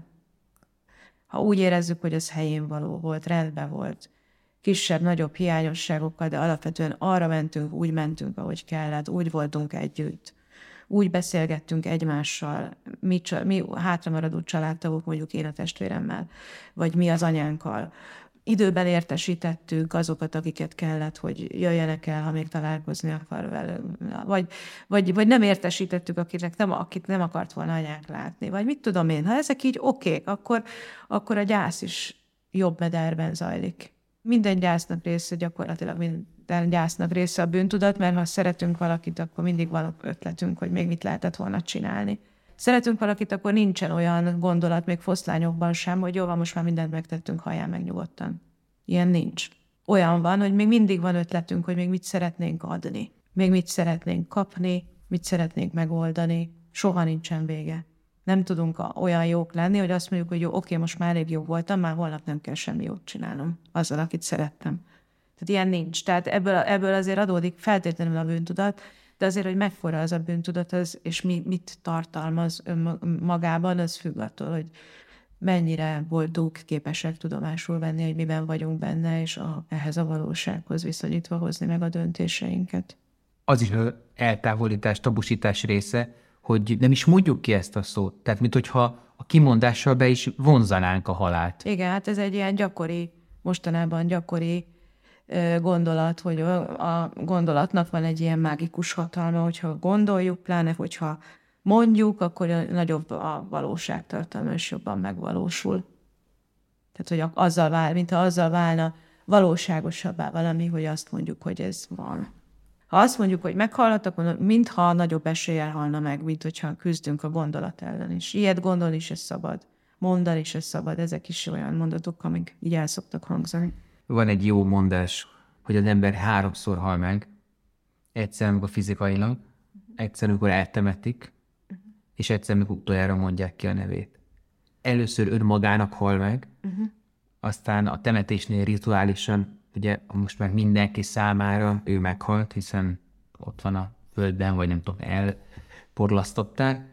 ha úgy érezzük, hogy az helyén való volt, rendben volt, kisebb-nagyobb hiányosságokkal, de alapvetően arra mentünk, úgy mentünk, ahogy kellett, úgy voltunk együtt, úgy beszélgettünk egymással, mi hátramaradó családtagok, mondjuk én a testvéremmel, vagy mi az anyánkkal. Időben értesítettük azokat, akiket kellett, hogy jöjjenek el, ha még találkozni akar velünk. Vagy nem értesítettük, akit nem akart volna anyánk látni. Vagy mit tudom én, ha ezek így okék, akkor a gyász is jobb mederben zajlik. Minden gyásznak része, gyakorlatilag minden gyásznak része a bűntudat, mert ha szeretünk valakit, akkor mindig van ötletünk, hogy még mit lehetett volna csinálni. Szeretünk valakit, akkor nincsen olyan gondolat, még foszlányokban sem, hogy jó, van, most már mindent megtettünk, halljál meg nyugodtan. Ilyen nincs. Olyan van, hogy még mindig van ötletünk, hogy még mit szeretnénk adni, még mit szeretnénk kapni, mit szeretnénk megoldani. Soha nincsen vége. Nem tudunk olyan jók lenni, hogy azt mondjuk, hogy jó, oké, most már elég jó voltam, már holnap nem kell semmi jót csinálnom azzal, akit szerettem. Tehát ilyen nincs. Tehát ebből azért adódik feltétlenül a bűntudat, de azért, hogy mekkora az a bűntudat, és mit tartalmaz magában, az függ attól, hogy mennyire voltunk képesek tudomásul venni, hogy miben vagyunk benne, és ehhez a valósághoz viszonyítva hozni meg a döntéseinket. Az is az eltávolítás, tabusítás része, hogy nem is mondjuk ki ezt a szót. Tehát, minthogyha a kimondással be is vonzanánk a halált. Igen, hát ez egy ilyen mostanában gyakori gondolat, hogy a gondolatnak van egy ilyen mágikus hatalma, hogyha gondoljuk, pláne hogyha mondjuk, akkor nagyobb a valóságtartalma, és jobban megvalósul. Tehát, hogy mintha azzal válna valóságosabbá valami, hogy azt mondjuk, hogy ez van. Ha azt mondjuk, hogy meghalhat, akkor mintha nagyobb eséllyel halna meg, mint hogyha küzdünk a gondolat ellen is. Ilyet gondolni is ez szabad. Mondani is ez szabad. Ezek is olyan mondatok, amik így el szoktak hangzani. Van egy jó mondás, hogy az ember 3-szor hal meg. Egyszer, amikor fizikailag, egyszer, amikor eltemetik, és egyszer, amikor utoljára mondják ki a nevét. Először önmagának hal meg, aztán a temetésnél rituálisan, ugye most már mindenki számára ő meghalt, hiszen ott van a földben, vagy nem tudom, elporlasztották,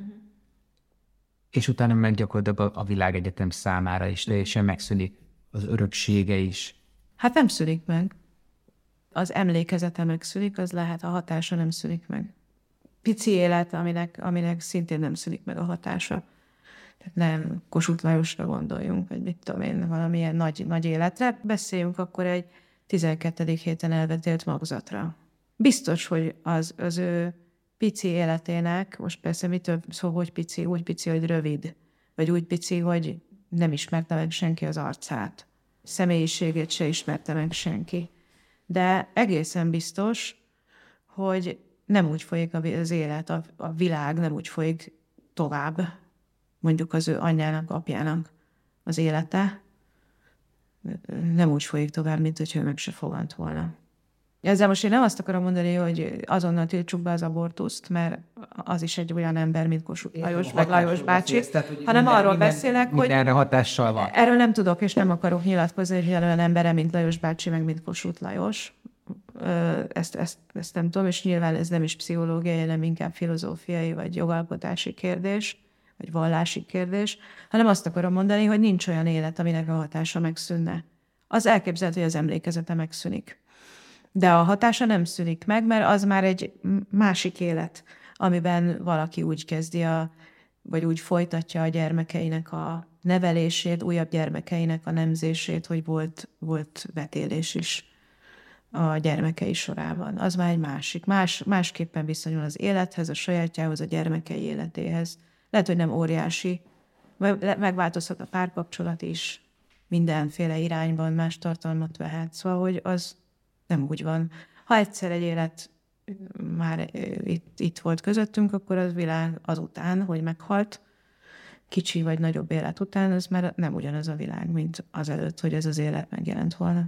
és utána meg gyakorlatilag a világegyetem számára is teljesen megszűnik az öröksége is. Hát nem szűnik meg. Az emlékezete megszűnik, az lehet, a hatása nem szűnik meg. Pici élet, aminek szintén nem szűnik meg a hatása. Tehát nem Kossuth Lajosra gondoljunk, vagy mit tudom én, valamilyen nagy életre. Beszéljünk akkor egy 12. héten elvetélt magzatra. Biztos, hogy az ő pici életének, most persze mitől szó, hogy pici, úgy pici, hogy rövid, vagy úgy pici, hogy nem ismerte meg senki az arcát. Személyiségét se ismerte meg senki. De egészen biztos, hogy nem úgy folyik az élet, a világ nem úgy folyik tovább, mondjuk az ő anyjának, apjának az élete, nem úgy folyik tovább, mint hogyha ő meg se fogant volna. Ezzel most én nem azt akarom mondani, hogy azonnal tiltsuk be az abortuszt, mert az is egy olyan ember, mint Kossuth Lajos, meg Lajos bácsi, hanem arról beszélek, hogy mindenre hatással van. Erről nem tudok, és nem akarok nyilatkozni, hogy olyan embere, mint Lajos bácsi, meg mint Kossuth Lajos. Ezt nem tudom, és nyilván ez nem is pszichológiai, hanem inkább filozófiai, vagy jogalkotási kérdés, vagy vallási kérdés, hanem azt akarom mondani, hogy nincs olyan élet, aminek a hatása megszűnne. Az elképzelhető, hogy az emlékezete megszűnik. De a hatása nem szűnik meg, mert az már egy másik élet, amiben valaki úgy kezdi, vagy úgy folytatja a gyermekeinek a nevelését, újabb gyermekeinek a nemzését, hogy volt vetélés is a gyermekei sorában. Az már egy másik. Másképpen viszonyul az élethez, a sajátjához, a gyermekei életéhez. Lehet, hogy nem óriási, megváltozhat a párkapcsolat is, mindenféle irányban más tartalmat vehet. Szóval, hogy az nem úgy van. Ha egyszer egy élet már itt volt közöttünk, akkor az világ azután, hogy meghalt, kicsi vagy nagyobb élet után, az már nem ugyanaz a világ, mint azelőtt, hogy ez az élet megjelent volna.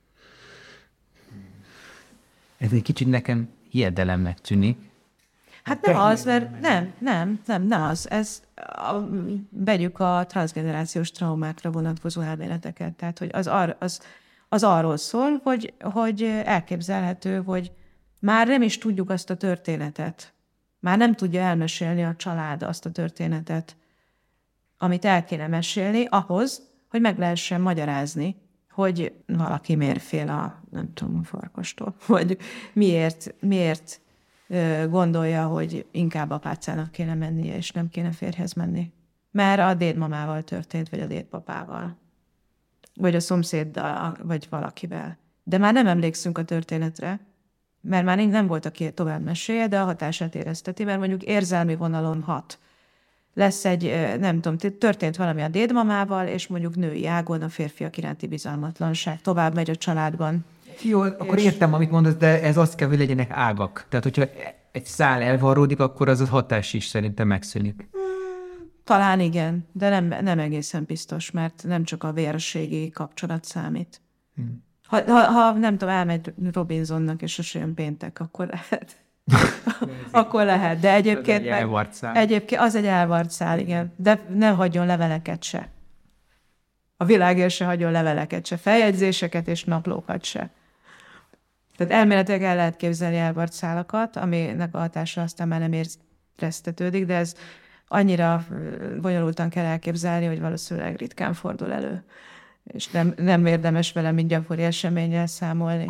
Ez egy kicsit nekem hiedelemnek tűnik. Hát nem az, mert nem az. Vegyük a transzgenerációs traumákra vonatkozó elméleteket. Tehát, hogy az arról szól, hogy elképzelhető, hogy már nem is tudjuk azt a történetet. Már nem tudja elmesélni a család azt a történetet, amit el kéne mesélni ahhoz, hogy meg lehessen magyarázni, hogy valaki miért fél a farkastól, vagy miért gondolja, hogy inkább apácának kéne mennie, és nem kéne férjhez menni. Mert a dédmamával történt, vagy a dédpapával. Vagy a szomszéddal, vagy valakivel. De már nem emlékszünk a történetre, mert már nem volt, aki tovább mesélje, de a hatását érezteti, mert mondjuk érzelmi vonalon hat. Lesz történt valami a dédmamával, és mondjuk női ágon a férfiak iránti bizalmatlanság tovább megy a családban. Jó, akkor értem, amit mondasz, de ez azt kell, hogy legyenek ágak. Tehát, hogyha egy szál elvarródik, akkor az a hatás is szerintem megszűnik. Talán igen, de nem egészen biztos, mert nem csak a vérségi kapcsolat számít. Ha nem tudom, elmegy Robinsonnak, és sose jön péntek, akkor lehet. Akkor lehet, de egyébként az egy elvart szál, igen. De ne hagyjon leveleket se. A világért se hagyjon leveleket se, feljegyzéseket és naplókat se. Tehát elméletileg el lehet képzelni elvart szálakat, aminek a hatása aztán már nem éreztetődik, de ez annyira bonyolultan kell elképzelni, hogy valószínűleg ritkán fordul elő. És nem érdemes vele mint gyakori eseménnyel számolni.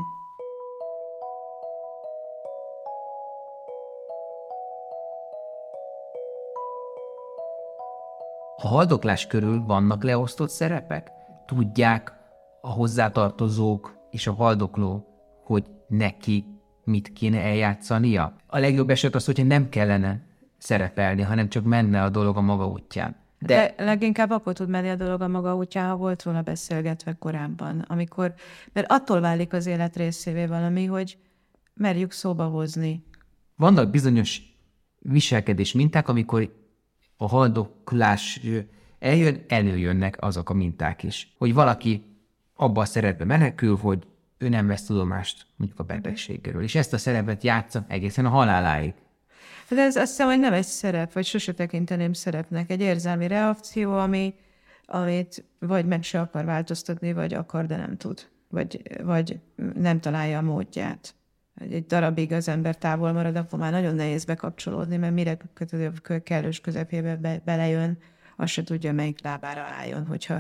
A haldoklás körül vannak leosztott szerepek? Tudják a hozzátartozók és a haldokló, hogy neki mit kéne eljátszania? A legjobb eset az, hogyha nem kellene szerepelni, hanem csak menne a dolog a maga útján. De leginkább akkor tud menni a dolog a maga útján, ha volt volna beszélgetve korábban. Mert attól válik az élet részévé valami, hogy merjük szóba hozni. Vannak bizonyos viselkedés minták, amikor a haldoklás előjönnek azok a minták is. Hogy valaki abba a szerepbe menekül, hogy ő nem vesz tudomást mondjuk a betegségről, és ezt a szerepet játsza egészen a haláláig. De ez azt hiszem, hogy nem egy szerep, vagy sose tekinteném szerepnek. Egy érzelmi reakció, amit vagy meg se akar változtatni, vagy akar, de nem tud. Vagy nem találja a módját. Egy darabig az ember távol marad, akkor már nagyon nehéz bekapcsolódni, mert mire kellős közepébe belejön, azt se tudja, melyik lábára álljon, hogyha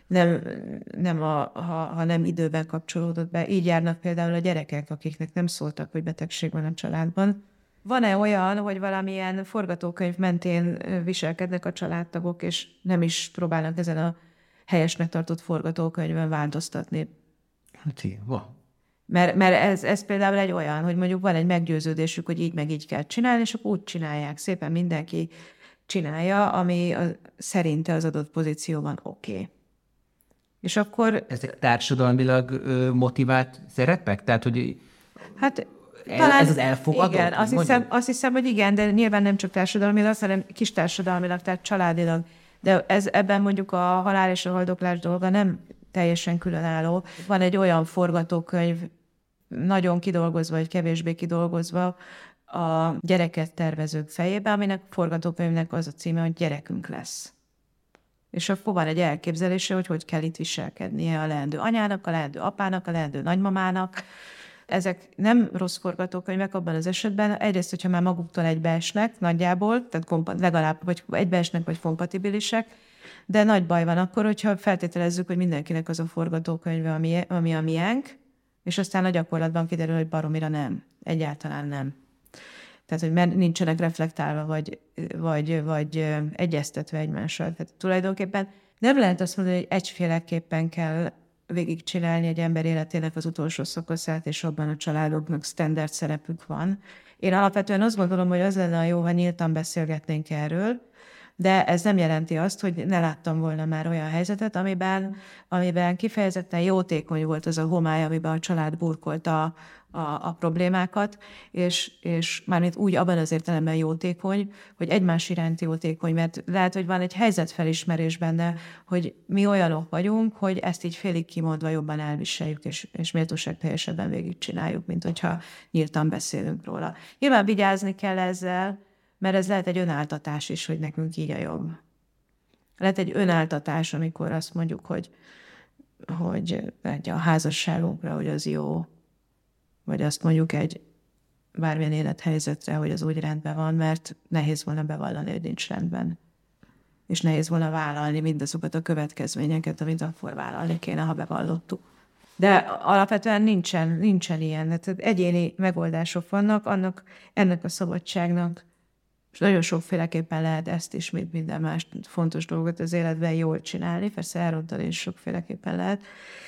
ha nem időben kapcsolódott be. Így járnak például a gyerekek, akiknek nem szóltak, hogy betegség van a családban. Van-e olyan, hogy valamilyen forgatókönyv mentén viselkednek a családtagok, és nem is próbálnak ezen a helyesnek tartott forgatókönyvön változtatni? Hát van. Mert ez például egy olyan, hogy mondjuk van egy meggyőződésük, hogy így meg így kell csinálni, és akkor úgy csinálják. Szépen mindenki csinálja, ami szerinte az adott pozícióban oké. És akkor... Ezek társadalmilag motivált szerepek? Tehát, hogy... Hát... Talán, ez az elfogadó? Igen, azt hiszem, hogy igen, de nyilván nem csak társadalmilag, hanem kis társadalmilag, tehát családilag. De ebben mondjuk a halál és a haldoklás dolga nem teljesen különálló. Van egy olyan forgatókönyv, nagyon kidolgozva, vagy kevésbé kidolgozva a gyereket tervezők fejében, aminek forgatókönyvnek az a címe, hogy gyerekünk lesz. És akkor van egy elképzelése, hogy kell itt viselkednie a leendő anyának, a leendő apának, a leendő nagymamának. Ezek nem rossz forgatókönyvek abban az esetben. Egyrészt, hogyha már maguktól egybeesnek nagyjából, tehát legalább vagy egybeesnek, vagy kompatibilisek, de nagy baj van akkor, hogyha feltételezzük, hogy mindenkinek az a forgatókönyve, ami a miénk, és aztán a gyakorlatban kiderül, hogy baromira nem. Egyáltalán nem. Tehát, hogy mert nincsenek reflektálva, vagy egyeztetve egymással. Tehát tulajdonképpen nem lehet azt mondani, hogy egyféleképpen kell végigcsinálni egy ember életének az utolsó szakaszát, és abban a családoknak standard szerepük van. Én alapvetően azt gondolom, hogy az lenne a jó, ha nyíltan beszélgetnénk erről, De ez nem jelenti azt, hogy ne láttam volna már olyan helyzetet, amiben kifejezetten jótékony volt az a homály, amiben a család burkolta a problémákat, és mármint úgy abban az értelemben jótékony, hogy egymás iránt jótékony, mert lehet, hogy van egy helyzetfelismerés benne, hogy mi olyanok vagyunk, hogy ezt így félig kimondva jobban elviseljük, és méltóságteljesebben végigcsináljuk, mint hogyha nyíltan beszélünk róla. Nyilván vigyázni kell ezzel, mert ez lehet egy önáltatás is, hogy nekünk így a jobb. Lehet egy önáltatás, amikor azt mondjuk, hogy a házasságunkra, hogy az jó, vagy azt mondjuk egy bármilyen élethelyzetre, hogy az úgy rendben van, mert nehéz volna bevallani, hogy nincs rendben. És nehéz volna vállalni mindazokat a következményeket, amit akkor vállalni kéne, ha bevallottuk. De alapvetően nincsen ilyen. Tehát egyéni megoldások vannak, ennek a szabadságnak, és nagyon sokféleképpen lehet ezt is, mint minden más fontos dolgot az életben jól csinálni, persze elrontani is sokféleképpen lehet,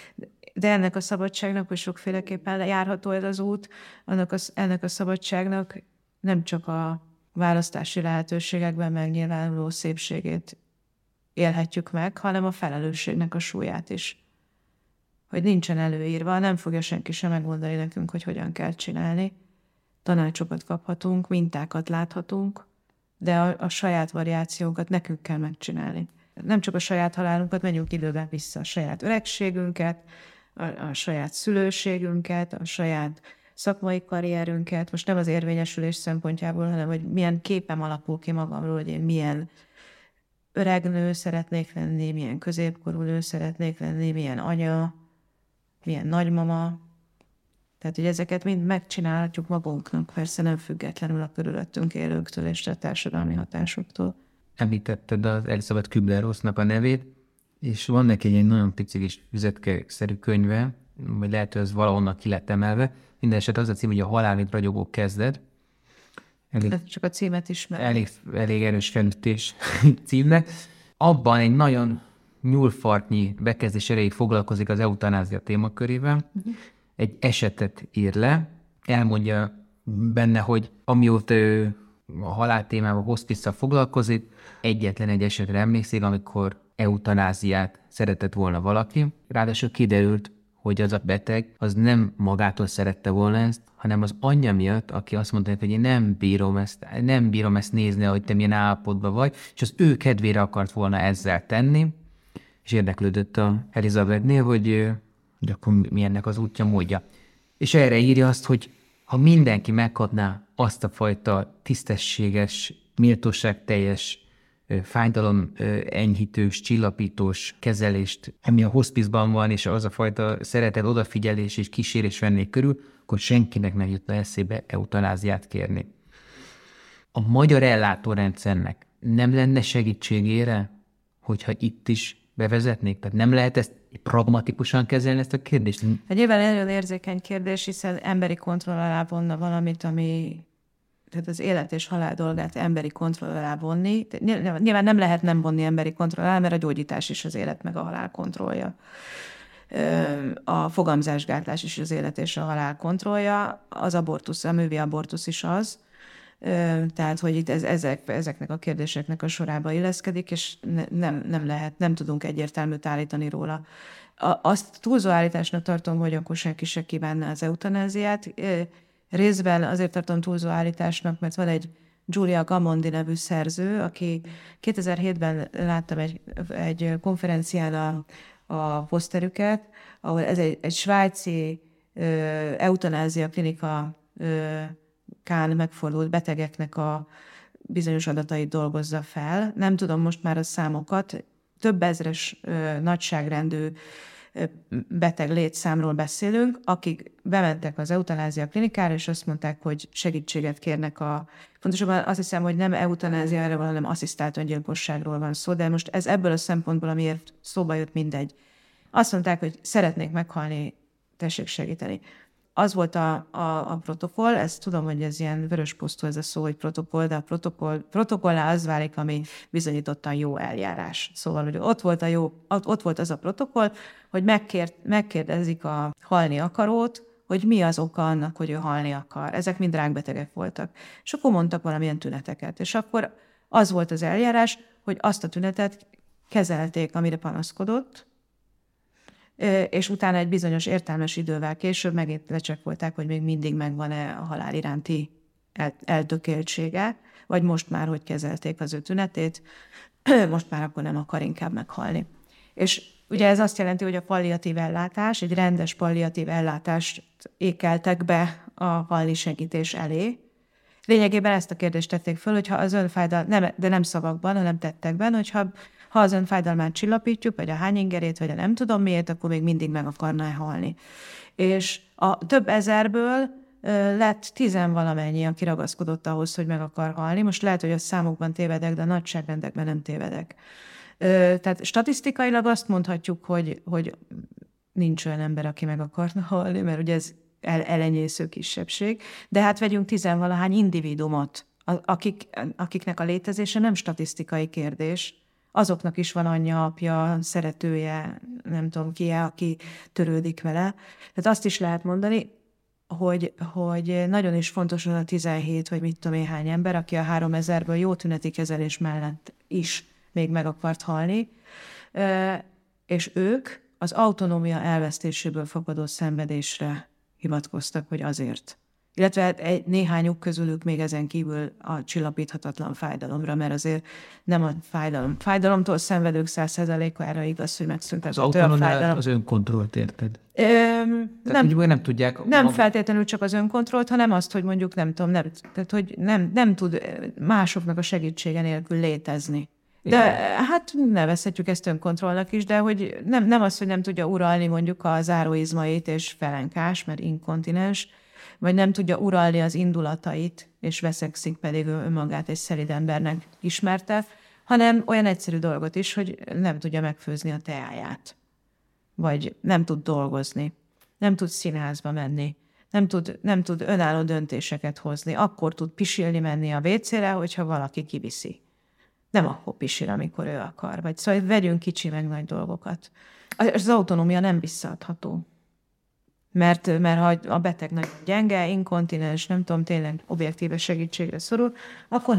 de ennek a szabadságnak, hogy sokféleképpen járható ez az út, ennek a szabadságnak nem csak a választási lehetőségekben megnyilvánuló szépségét élhetjük meg, hanem a felelősségnek a súlyát is. Hogy nincsen előírva, nem fogja senki sem megmondani nekünk, hogy hogyan kell csinálni. Tanácsokat kaphatunk, mintákat láthatunk, de a saját variációkat nekünk kell megcsinálni. Nem csak a saját halálunkat, menjünk időben vissza, a saját öregségünket, a saját szülőségünket, a saját szakmai karrierünket, most nem az érvényesülés szempontjából, hanem hogy milyen képem alakul ki magamról, hogy én milyen öreg nő szeretnék lenni, milyen középkorú nő szeretnék lenni, milyen anya, milyen nagymama. Tehát, hogy ezeket mind megcsinálhatjuk magunknak, persze nem függetlenül a körülöttünk élőktől és a társadalmi hatásoktól. Említetted az Elizabeth Kübler-Rossnak a nevét, és van neki egy nagyon pici kis füzetkeszerű könyve, vagy lehet, hogy az valahonnan ki lett emelve. Mindenesetre az a cím, hogy a halál, mint ragyogó kezdet. Csak a címet ismerem. Elég erős felütés címnek. Abban egy nagyon nyúlfartnyi bekezdés erejéig foglalkozik az eutanázia témakörével. Egy esetet ír le, elmondja benne, hogy amióta ő a halál témával, hospice-szal foglalkozik, egyetlen egy esetre emlékszik, amikor eutanáziát szeretett volna valaki. Ráadásul kiderült, hogy az a beteg az nem magától szerette volna ezt, hanem az anyja miatt, aki azt mondta, hogy én nem bírom ezt nézni, hogy te milyen állapotban vagy, és az ő kedvére akart volna ezzel tenni, és érdeklődött a Elizabethnél, hogy akkor mi ennek az útja, módja. És erre írja azt, hogy ha mindenki megkapná azt a fajta tisztességes, méltóságteljes, fájdalom enyhítős, csillapítós kezelést, ami a hospice-ban van, és az a fajta szeretet, odafigyelés és kísérés vennék körül, akkor senkinek nem jutna eszébe eutanáziát kérni. A magyar ellátórendszernek nem lenne segítségére, hogyha itt is bevezetnék? Tehát nem lehet ezt pragmatikusan kezelni, ezt a kérdést? Hát nyilván nagyon érzékeny kérdés, hiszen emberi kontroll alá vonna valamit, ami tehát az élet és halál dolgát emberi kontroll alá vonni. Nyilván nem lehet nem vonni emberi kontroll alá, mert a gyógyítás is az élet meg a halál kontrollja. A fogamzásgátlás is az élet és a halál kontrollja, az abortusz, a művi abortusz is az. Tehát, hogy itt ezeknek a kérdéseknek a sorába illeszkedik, és nem lehet, nem tudunk egyértelműt állítani róla. Azt túlzó állításnak tartom, hogy akkor senki se kívánna az eutanáziát. Részben azért tartom túlzó állításnak, mert van egy Giulia Gamondi nevű szerző, aki 2007-ben láttam egy konferencián a poszterüket, ahol ez egy svájci eutanázia klinika kán megfordult betegeknek a bizonyos adatait dolgozza fel. Nem tudom most már a számokat, több ezres nagyságrendű beteg létszámról beszélünk, akik bementek az eutanázia klinikára, és azt mondták, hogy segítséget kérnek pontosabban azt hiszem, hogy nem eutanáziára van, hanem asszisztált öngyilkosságról van szó, de most ez ebből a szempontból, amiért szóba jött, mindegy. Azt mondták, hogy szeretnék meghalni, tessék segíteni. Az volt a protokoll, ezt tudom, hogy ez ilyen vörösposztú ez a szó, hogy protokoll, de a protokollá az válik, ami bizonyítottan jó eljárás. Szóval, hogy ott volt az a protokoll, hogy megkérdezik a halni akarót, hogy mi az oka annak, hogy ő halni akar. Ezek mind rákbetegek voltak. És akkor mondtak valamilyen tüneteket. És akkor az volt az eljárás, hogy azt a tünetet kezelték, amire panaszkodott, és utána egy bizonyos értelmes idővel később megint lecsekkolták, hogy még mindig megvan-e a halál iránti eltökéltsége, vagy most már, hogy kezelték az ő tünetét, most már akkor nem akar inkább meghalni. És ugye ez azt jelenti, hogy a palliatív ellátás, egy rendes palliatív ellátást ékeltek be a halni segítés elé. Lényegében ezt a kérdést tették föl, hogyha az önfájdalmát, de nem szavakban, hanem tettekben, hogyha az önfájdalmát csillapítjuk, vagy a hányingerét, vagy a nem tudom miért, akkor még mindig meg akarná halni. És a több ezerből lett 10-valamennyi, aki ragaszkodott ahhoz, hogy meg akar halni. Most lehet, hogy a számokban tévedek, de a nagyságrendekben nem tévedek. Tehát statisztikailag azt mondhatjuk, hogy nincs olyan ember, aki meg akarna halni, mert ugye ez elenyésző kisebbség, de hát vegyünk 10-valahány individumot, akiknek a létezése nem statisztikai kérdés. Azoknak is van anyja, apja, szeretője, nem tudom ki, aki törődik vele. Tehát azt is lehet mondani, hogy nagyon is fontos az a 17, vagy mit tudom én hány ember, aki a 3000-ből jó tüneti kezelés mellett is még meg akart halni, és ők az autonómia elvesztéséből fakadó szenvedésre hivatkoztak, hogy azért. Illetve néhányuk közülük még ezen kívül a csillapíthatatlan fájdalomra, mert azért nem a fájdalomtól szenvedők 100%-ára igaz, hogy megszüntethető a fájdalom. Az autonómia az önkontrollt érted? Nem tudják. Nem feltétlenül csak az önkontrollt, hanem azt, hogy mondjuk tehát hogy nem tud másoknak a segítsége nélkül létezni. De hát nevezhetjük ezt önkontrollnak is, de hogy nem az, hogy nem tudja uralni mondjuk a záróizmait és felenkás, mert inkontinens, vagy nem tudja uralni az indulatait, és veszekszik, pedig önmagát egy szelíd embernek ismerte, hanem olyan egyszerű dolgot is, hogy nem tudja megfőzni a teáját, vagy nem tud dolgozni, nem tud színházba menni, nem tud önálló döntéseket hozni, akkor tud pisilni menni a WC-re, hogyha valaki kiviszi. Nem akkor pisil, amikor ő akar. Vagy szóval vegyünk kicsi meg nagy dolgokat. Az autonómia nem visszaadható. Mert ha a beteg nagyon gyenge, inkontinens, nem tudom, tényleg objektíve segítségre szorul, akkor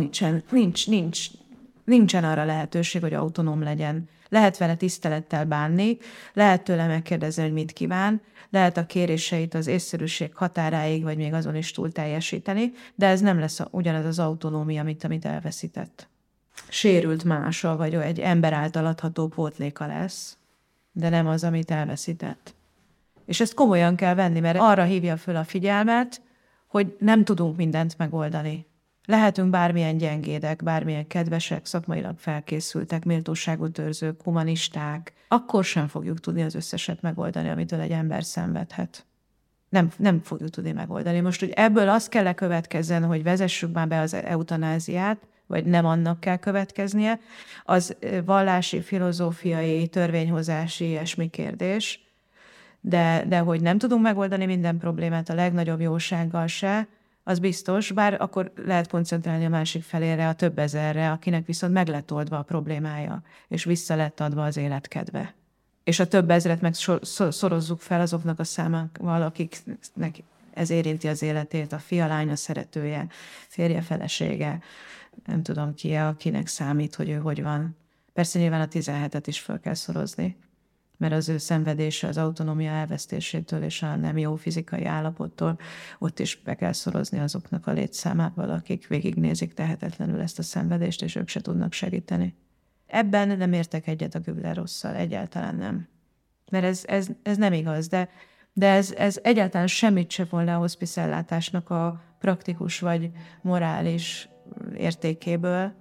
nincsen arra lehetőség, hogy autonóm legyen. Lehet vele tisztelettel bánni, lehet tőle megkérdezni, hogy mit kíván, lehet a kéréseit az észszerűség határáig, vagy még azon is túl teljesíteni, de ez nem lesz ugyanaz az autonómia, amit elveszített. Sérült mása, vagy egy ember által adható pótléka lesz, de nem az, amit elveszített. És ezt komolyan kell venni, mert arra hívja föl a figyelmet, hogy nem tudunk mindent megoldani. Lehetünk bármilyen gyengédek, bármilyen kedvesek, szakmailag felkészültek, méltóságot őrzők, humanisták, akkor sem fogjuk tudni az összeset megoldani, amitől egy ember szenvedhet. Nem fogjuk tudni megoldani. Most, hogy ebből az kell lekövetkezzen, hogy vezessük már be az eutanáziát, vagy nem annak kell következnie, az vallási, filozófiai, törvényhozási, ilyesmi kérdés, de hogy nem tudunk megoldani minden problémát a legnagyobb jósággal se, az biztos, bár akkor lehet koncentrálni a másik felére, a több ezerre, akinek viszont meg lett oldva a problémája, és vissza lett adva az életkedve. És a több ezret meg szorozzuk fel azoknak a számával, akiknek ez érinti az életét, a fia, lánya, szeretője, férje, felesége, nem tudom ki, akinek számít, hogy ő hogy van. Persze nyilván a 17-et is fel kell szorozni, mert az ő szenvedése az autonómia elvesztésétől és a nem jó fizikai állapottól, ott is be kell szorozni azoknak a létszámával, akik végignézik tehetetlenül ezt a szenvedést, és ők se tudnak segíteni. Ebben nem értek egyet a Kübler-Rosszal, egyáltalán nem. Mert ez nem igaz, de ez egyáltalán semmit se von le a hospice-ellátásnak a praktikus vagy morális értékéből,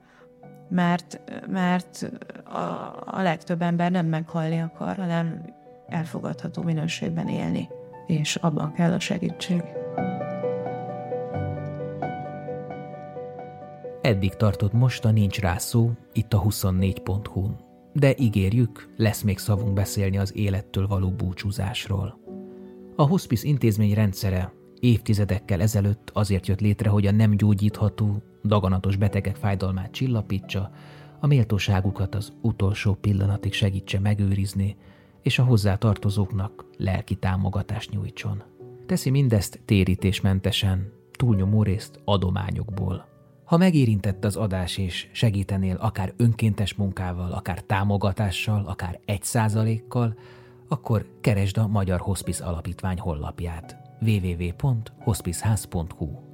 mert a legtöbb ember nem meghalni akar, hanem elfogadható minőségben élni, és abban kell a segítség. Eddig tartott most a Nincs rá szó, itt a 24.hu-n. De ígérjük, lesz még szavunk beszélni az élettől való búcsúzásról. A hospice intézmény rendszere évtizedekkel ezelőtt azért jött létre, hogy a nem gyógyítható, daganatos betegek fájdalmát csillapítsa, a méltóságukat az utolsó pillanatig segítse megőrizni, és a hozzá tartozóknak lelki támogatást nyújtson. Teszi mindezt térítésmentesen, túlnyomó részt adományokból. Ha megérintett az adás és segítenél akár önkéntes munkával, akár támogatással, akár 1%-kal, akkor keresd a Magyar Hospice Alapítvány honlapját www.hospiceház.hu.